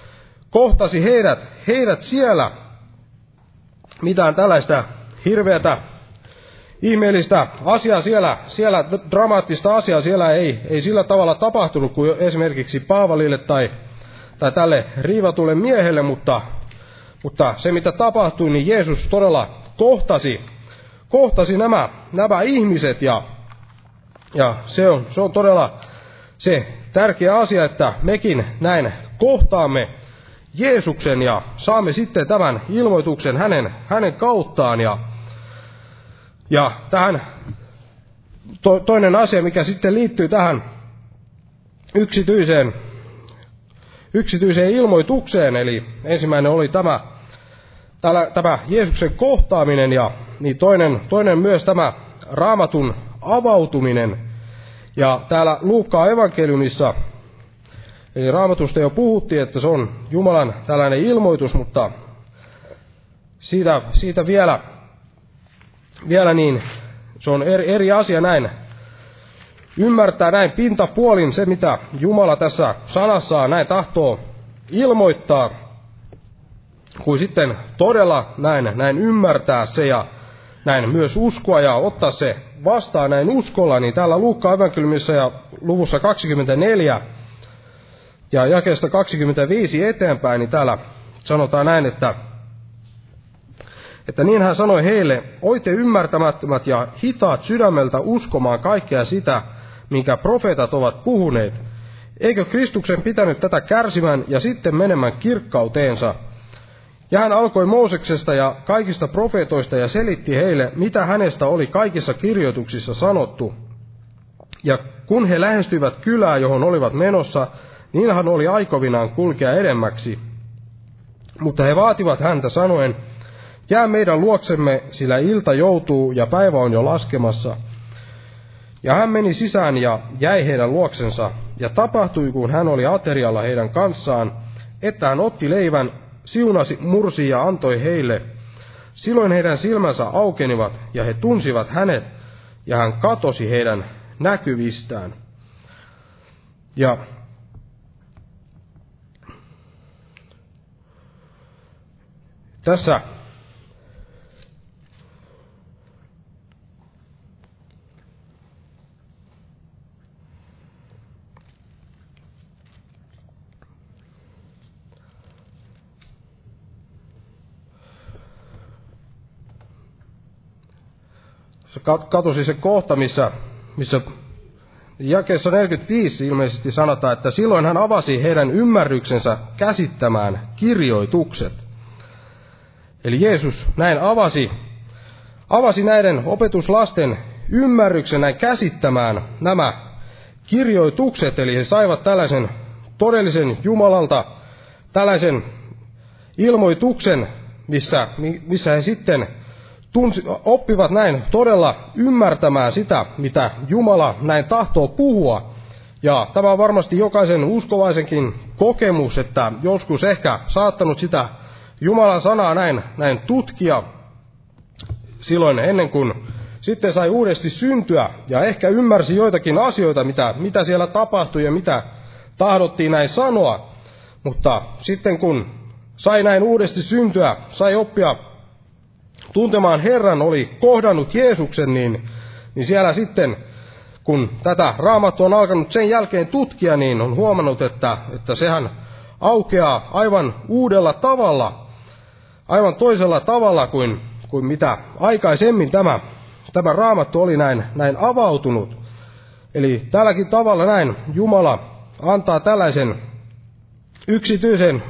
kohtasi heidät, heidät siellä. Mitään tällaista hirveätä, ihmeellistä asiaa siellä, siellä dramaattista asiaa siellä ei, ei sillä tavalla tapahtunut kuin esimerkiksi Paavalille tai, tai tälle riivatulle miehelle, mutta, mutta se mitä tapahtui, niin Jeesus todella kohtasi, kohtasi nämä, nämä ihmiset ja, ja se, on, se on todella se tärkeä asia, että mekin näin kohtaamme Jeesuksen ja saamme sitten tämän ilmoituksen hänen, hänen kauttaan. Ja, ja tähän to, toinen asia, mikä sitten liittyy tähän yksityiseen, yksityiseen ilmoitukseen, eli ensimmäinen oli tämä, tämä, tämä Jeesuksen kohtaaminen ja niin toinen, toinen myös tämä Raamatun avautuminen. Ja täällä Luukkaan evankeliumissa, eli Raamatusta jo puhuttiin, että se on Jumalan tällainen ilmoitus, mutta siitä, siitä vielä, vielä niin, se on eri, eri asia näin, ymmärtää näin pintapuolin se, mitä Jumala tässä sanassaan näin tahtoo ilmoittaa, kuin sitten todella näin, näin ymmärtää se ja näin myös uskoa ja ottaa se vastaan näin uskolla, niin täällä Luukkaan evankeliumissa ja luvussa kaksikymmentäneljä, ja jakeesta kaksikymmentäviisi eteenpäin, niin täällä sanotaan näin, että, että niin hän sanoi heille, oite ymmärtämättömät ja hitaat sydämeltä uskomaan kaikkea sitä, minkä profeetat ovat puhuneet. Eikö Kristuksen pitänyt tätä kärsimään ja sitten menemään kirkkauteensa? Ja hän alkoi Mooseksesta ja kaikista profeetoista ja selitti heille, mitä hänestä oli kaikissa kirjoituksissa sanottu. Ja kun he lähestyivät kylää, johon olivat menossa, niin hän oli aikovinaan kulkea edemmäksi. Mutta he vaativat häntä sanoen, jää meidän luoksemme, sillä ilta joutuu ja päivä on jo laskemassa. Ja hän meni sisään ja jäi heidän luoksensa, ja tapahtui, kun hän oli aterialla heidän kanssaan, että hän otti leivän, siunasi, mursi ja antoi heille. Silloin heidän silmänsä aukenivat, ja he tunsivat hänet, ja hän katosi heidän näkyvistään. Ja tässä se katosi se kohta, missä, missä jakeessa neljäkymmentäviisi ilmeisesti sanotaan, että silloin hän avasi heidän ymmärryksensä käsittämään kirjoitukset. Eli Jeesus näin avasi, avasi näiden opetuslasten ymmärryksen näin käsittämään nämä kirjoitukset, eli he saivat tällaisen todellisen Jumalalta, tällaisen ilmoituksen, missä, missä he sitten tunsi, oppivat näin todella ymmärtämään sitä, mitä Jumala näin tahtoo puhua. Ja tämä on varmasti jokaisen uskovaisenkin kokemus, että joskus ehkä saattanut sitä Jumalan sanaa näin, näin tutkia silloin ennen kuin sitten sai uudesti syntyä ja ehkä ymmärsi joitakin asioita, mitä, mitä siellä tapahtui ja mitä tahdottiin näin sanoa. Mutta sitten kun sai näin uudesti syntyä, sai oppia tuntemaan Herran, oli kohdannut Jeesuksen, niin, niin siellä sitten, kun tätä Raamattua on alkanut sen jälkeen tutkia, niin on huomannut, että, että sehän aukeaa aivan uudella tavalla, aivan toisella tavalla kuin, kuin mitä aikaisemmin tämä, tämä Raamattu oli näin, näin avautunut. Eli tälläkin tavalla näin Jumala antaa tällaisen yksityisen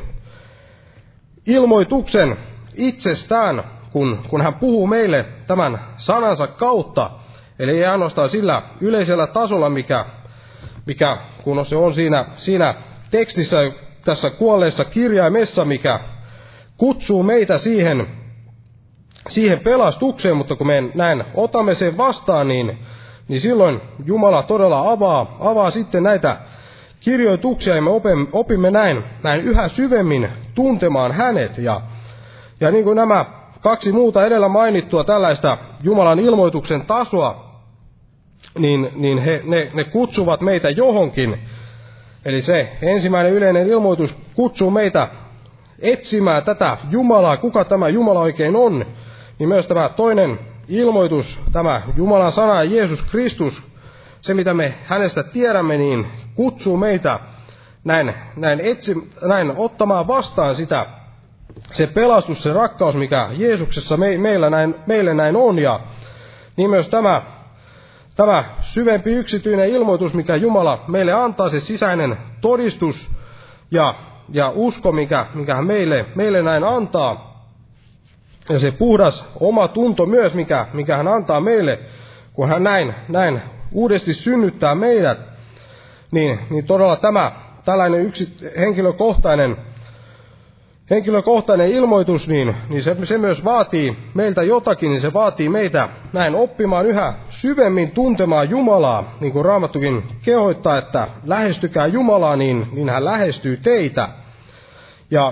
ilmoituksen itsestään, kun, kun hän puhuu meille tämän sanansa kautta. Eli ei ainoastaan sillä yleisellä tasolla, mikä, mikä kun se on siinä, siinä tekstissä, tässä kuolleessa kirjaimessa, mikä kutsuu meitä siihen, siihen pelastukseen, mutta kun me näin otamme sen vastaan, niin, niin silloin Jumala todella avaa, avaa sitten näitä kirjoituksia, ja me opimme, opimme näin, näin yhä syvemmin tuntemaan hänet. Ja, ja niin kuin nämä kaksi muuta edellä mainittua tällaista Jumalan ilmoituksen tasoa, niin, niin he, ne, ne kutsuvat meitä johonkin. Eli se ensimmäinen yleinen ilmoitus kutsuu meitä etsimään tätä Jumalaa, kuka tämä Jumala oikein on, niin myös tämä toinen ilmoitus, tämä Jumalan sana ja Jeesus Kristus, se mitä me hänestä tiedämme, niin kutsuu meitä näin, näin, etsi, näin ottamaan vastaan sitä, se pelastus, se rakkaus, mikä Jeesuksessa me, meillä näin, meille näin on, ja niin myös tämä, tämä syvempi yksityinen ilmoitus, mikä Jumala meille antaa, se sisäinen todistus ja, ja usko, mikä, mikä hän meille, meille näin antaa, ja se puhdas oma tunto myös, mikä, mikä hän antaa meille, kun hän näin, näin uudesti synnyttää meidät, niin, niin todella tämä tällainen yksi henkilökohtainen, henkilökohtainen ilmoitus, niin, niin se, se myös vaatii meiltä jotakin, niin se vaatii meitä näin oppimaan yhä syvemmin tuntemaan Jumalaa, niin kuin Raamattukin kehoittaa, että lähestykää Jumalaa, niin, niin hän lähestyy teitä. Ja,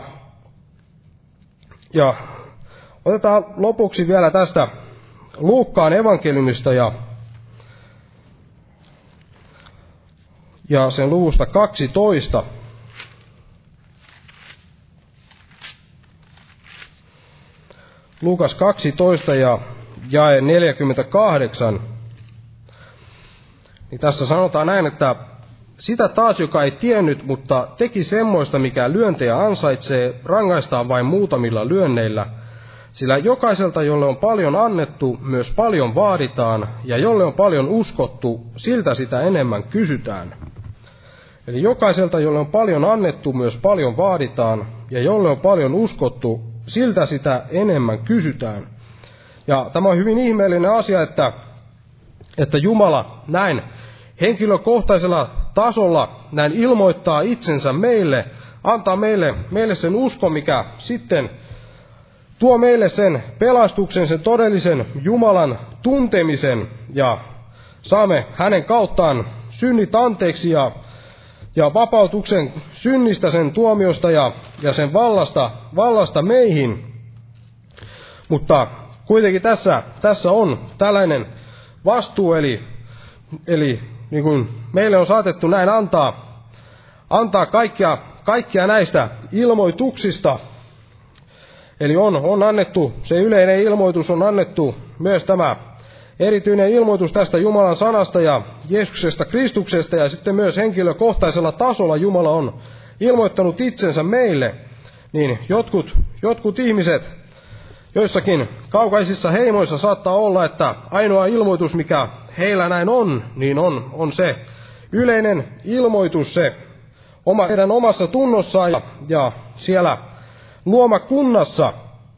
ja otetaan lopuksi vielä tästä Luukkaan evankeliumista ja, ja sen luvusta kaksitoista. Luukas kaksitoista ja jae neljäkymmentäkahdeksan. Niin tässä sanotaan näin, että sitä taas, joka ei tiennyt, mutta teki semmoista, mikä lyöntejä ansaitsee, rangaistaan vain muutamilla lyönneillä. Sillä jokaiselta, jolle on paljon annettu, myös paljon vaaditaan, ja jolle on paljon uskottu, siltä sitä enemmän kysytään. Eli jokaiselta, jolle on paljon annettu, myös paljon vaaditaan, ja jolle on paljon uskottu, siltä sitä enemmän kysytään. Ja tämä on hyvin ihmeellinen asia, että, että Jumala näin henkilökohtaisella tasolla näin ilmoittaa itsensä meille, antaa meille, meille sen uskon, mikä sitten tuo meille sen pelastuksen, sen todellisen Jumalan tuntemisen, ja saamme hänen kauttaan synnit anteeksi ja, ja vapautuksen synnistä, sen tuomiosta ja, ja sen vallasta, vallasta meihin. Mutta kuitenkin tässä, tässä on tällainen vastuu, eli, eli niin kuin meille on saatettu näin antaa, antaa kaikkia, kaikkia näistä ilmoituksista. Eli on, on annettu, se yleinen ilmoitus on annettu, myös tämä erityinen ilmoitus tästä Jumalan sanasta ja Jeesuksesta Kristuksesta, ja sitten myös henkilökohtaisella tasolla Jumala on ilmoittanut itsensä meille. Niin jotkut, jotkut ihmiset, joissakin kaukaisissa heimoissa saattaa olla, että ainoa ilmoitus, mikä heillä näin on, niin on, on se yleinen ilmoitus, se oma, heidän omassa tunnossaan ja, ja siellä luomakunnassa.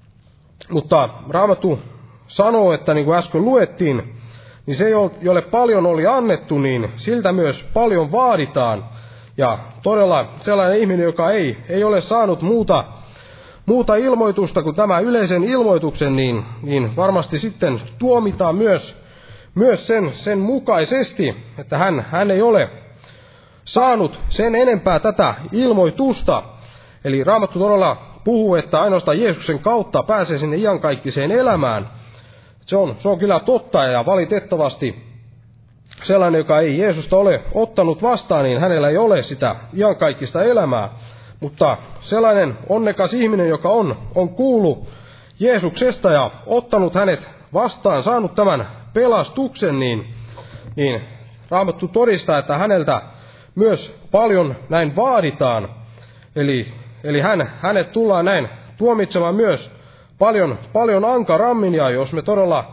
Mutta Raamattu sanoo, että niin kuin äsken luettiin, niin se, jolle paljon oli annettu, niin siltä myös paljon vaaditaan. Ja todella sellainen ihminen, joka ei, ei ole saanut muuta, muuta ilmoitusta kuin tämä yleisen ilmoituksen, niin, niin varmasti sitten tuomitaan myös, myös sen, sen mukaisesti, että hän, hän ei ole saanut sen enempää tätä ilmoitusta. Eli Raamattu todella puhuu, että ainoastaan Jeesuksen kautta pääsee sinne iankaikkiseen elämään. Se on, se on kyllä totta, ja valitettavasti sellainen, joka ei Jeesusta ole ottanut vastaan, niin hänellä ei ole sitä iankaikkista elämää. Mutta sellainen onnekas ihminen, joka on, on kuullut Jeesuksesta ja ottanut hänet vastaan, saanut tämän pelastuksen, niin, niin Raamattu todistaa, että häneltä myös paljon näin vaaditaan. Eli, eli hän, hänet tullaan näin tuomitsemaan myös paljon, paljon ankarammin, ja jos me todella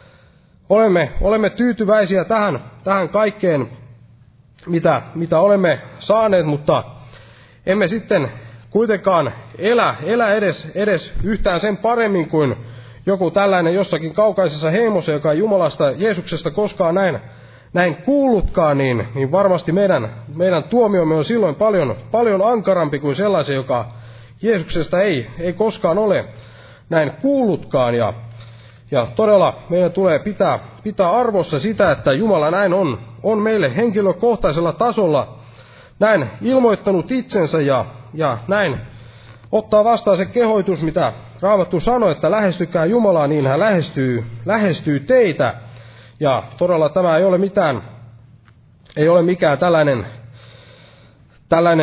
olemme, olemme tyytyväisiä tähän, tähän kaikkeen, mitä, mitä olemme saaneet, mutta emme sitten kuitenkaan elä, elä edes, edes yhtään sen paremmin kuin joku tällainen jossakin kaukaisessa heimossa, joka ei Jumalasta, Jeesuksesta koskaan näin, näin kuullutkaan, niin, niin varmasti meidän, meidän tuomiomme on silloin paljon, paljon ankarampi kuin sellaisen, joka Jeesuksesta ei, ei koskaan ole näin kuullutkaan. Ja, ja todella meidän tulee pitää, pitää arvossa sitä, että Jumala näin on, on meille henkilökohtaisella tasolla näin ilmoittanut itsensä ja, ja näin ottaa vastaan se kehoitus, mitä Raamattu sanoi, että lähestykää Jumalaa, niin hän lähestyy, lähestyy teitä. Ja todella tämä ei ole mitään, ei ole mikään tällainen, tällainen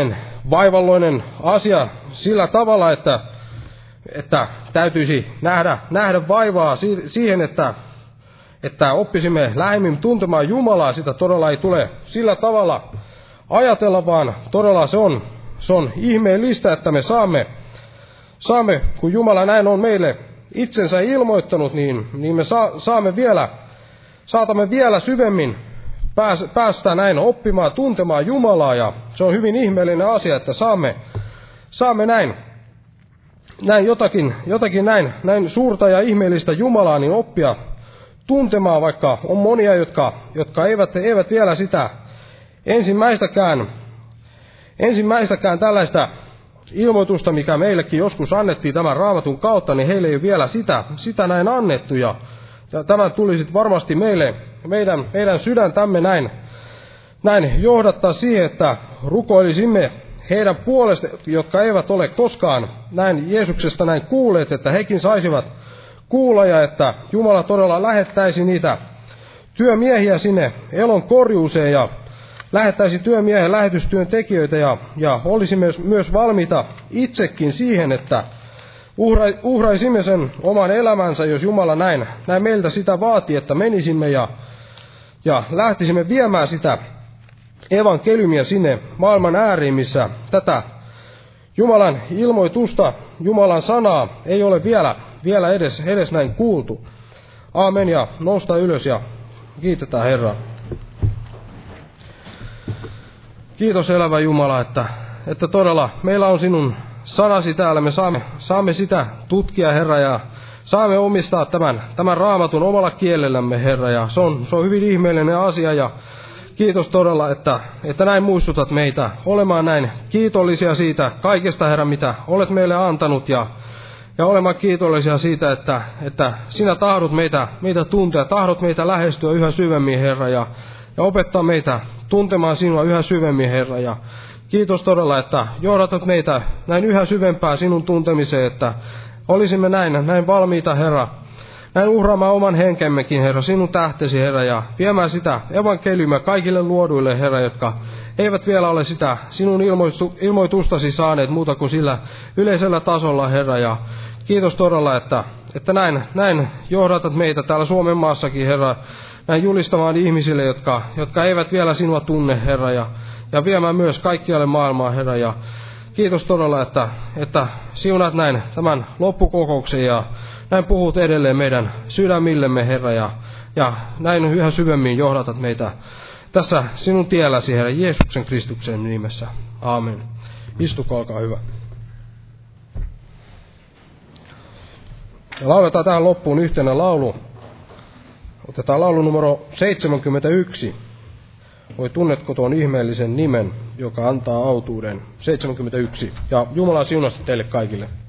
vaivalloinen asia sillä tavalla, että, että täytyisi nähdä, nähdä vaivaa siihen, että, että oppisimme lähemmin tuntemaan Jumalaa. Sitä todella ei tule sillä tavalla ajatella, vaan todella se on, se on ihmeellistä, että me saamme, saamme, kun Jumala näin on meille itsensä ilmoittanut, niin, niin me sa, saamme vielä, saatamme vielä syvemmin pääs, päästä näin oppimaan, tuntemaan Jumalaa, ja se on hyvin ihmeellinen asia, että saamme, saamme näin, näin jotakin, jotakin näin, näin suurta ja ihmeellistä Jumalaa, niin oppia tuntemaan, vaikka on monia, jotka, jotka eivät, eivät vielä sitä ensimmäistäkään, ensimmäistäkään tällaista ilmoitusta, mikä meillekin joskus annettiin tämän Raamatun kautta, niin heille ei ole vielä sitä, sitä näin annettu, ja tämä tulisi varmasti meille, meidän, meidän sydäntämme näin, näin johdattaa siihen, että rukoilisimme heidän puolesta, jotka eivät ole koskaan näin Jeesuksesta näin kuulleet, että hekin saisivat kuulla, ja että Jumala todella lähettäisi niitä työmiehiä sinne elon korjuuseen, ja lähettäisi työmiehen lähetystyön tekijöitä, ja, ja olisi myös, myös valmiita itsekin siihen, että uhra, uhraisimme sen oman elämänsä, jos Jumala näin, näin meiltä sitä vaatii, että menisimme ja, ja lähtisimme viemään sitä evankeliumia sinne maailman ääriin, missä tätä Jumalan ilmoitusta, Jumalan sanaa ei ole vielä, vielä edes, edes näin kuultu. Aamen, ja nousta ylös ja kiitetään Herraa. Kiitos elävä Jumala, että, että todella meillä on sinun sanasi täällä. Me saamme, saamme sitä tutkia, Herra, ja saamme omistaa tämän, tämän Raamatun omalla kielellämme, Herra. Ja se on, se on hyvin ihmeellinen asia, ja kiitos todella, että, että näin muistutat meitä olemaan näin kiitollisia siitä kaikesta, Herra, mitä olet meille antanut, ja, ja olemaan kiitollisia siitä, että, että sinä tahdot meitä, meitä tuntea, tahdot meitä lähestyä yhä syvemmin, Herra, ja, ja opettaa meitä tuntemaan sinua yhä syvemmin, Herra, ja kiitos todella, että johdatat meitä näin yhä syvempää sinun tuntemiseen, että olisimme näin, näin valmiita, Herra, näin uhraamaan oman henkemmekin, Herra, sinun tähtesi, Herra, ja viemään sitä evankeliumia kaikille luoduille, Herra, jotka eivät vielä ole sitä sinun ilmoitustasi saaneet muuta kuin sillä yleisellä tasolla, Herra, ja kiitos todella, että, että näin, näin johdatat meitä täällä Suomen maassakin, Herra, näin julistamaan ihmisille, jotka, jotka eivät vielä sinua tunne, Herra, ja, ja viemään myös kaikkialle maailmaan, Herra, ja kiitos todella, että, että siunat näin tämän loppukokouksen, ja näin puhut edelleen meidän sydämillemme, Herra, ja, ja näin yhä syvemmin johdatat meitä tässä sinun tielläsi, Herra, Jeesuksen Kristuksen nimessä. Aamen. Istukaa, olkaa hyvä. Ja lauletaan tähän loppuun yhtenä laulu. Otetaan laulu numero seitsemänkymmentäyksi. Voi tunnetko tuon ihmeellisen nimen, joka antaa autuuden? seitsemänkymmentäyksi. Ja Jumala siunasta teille kaikille.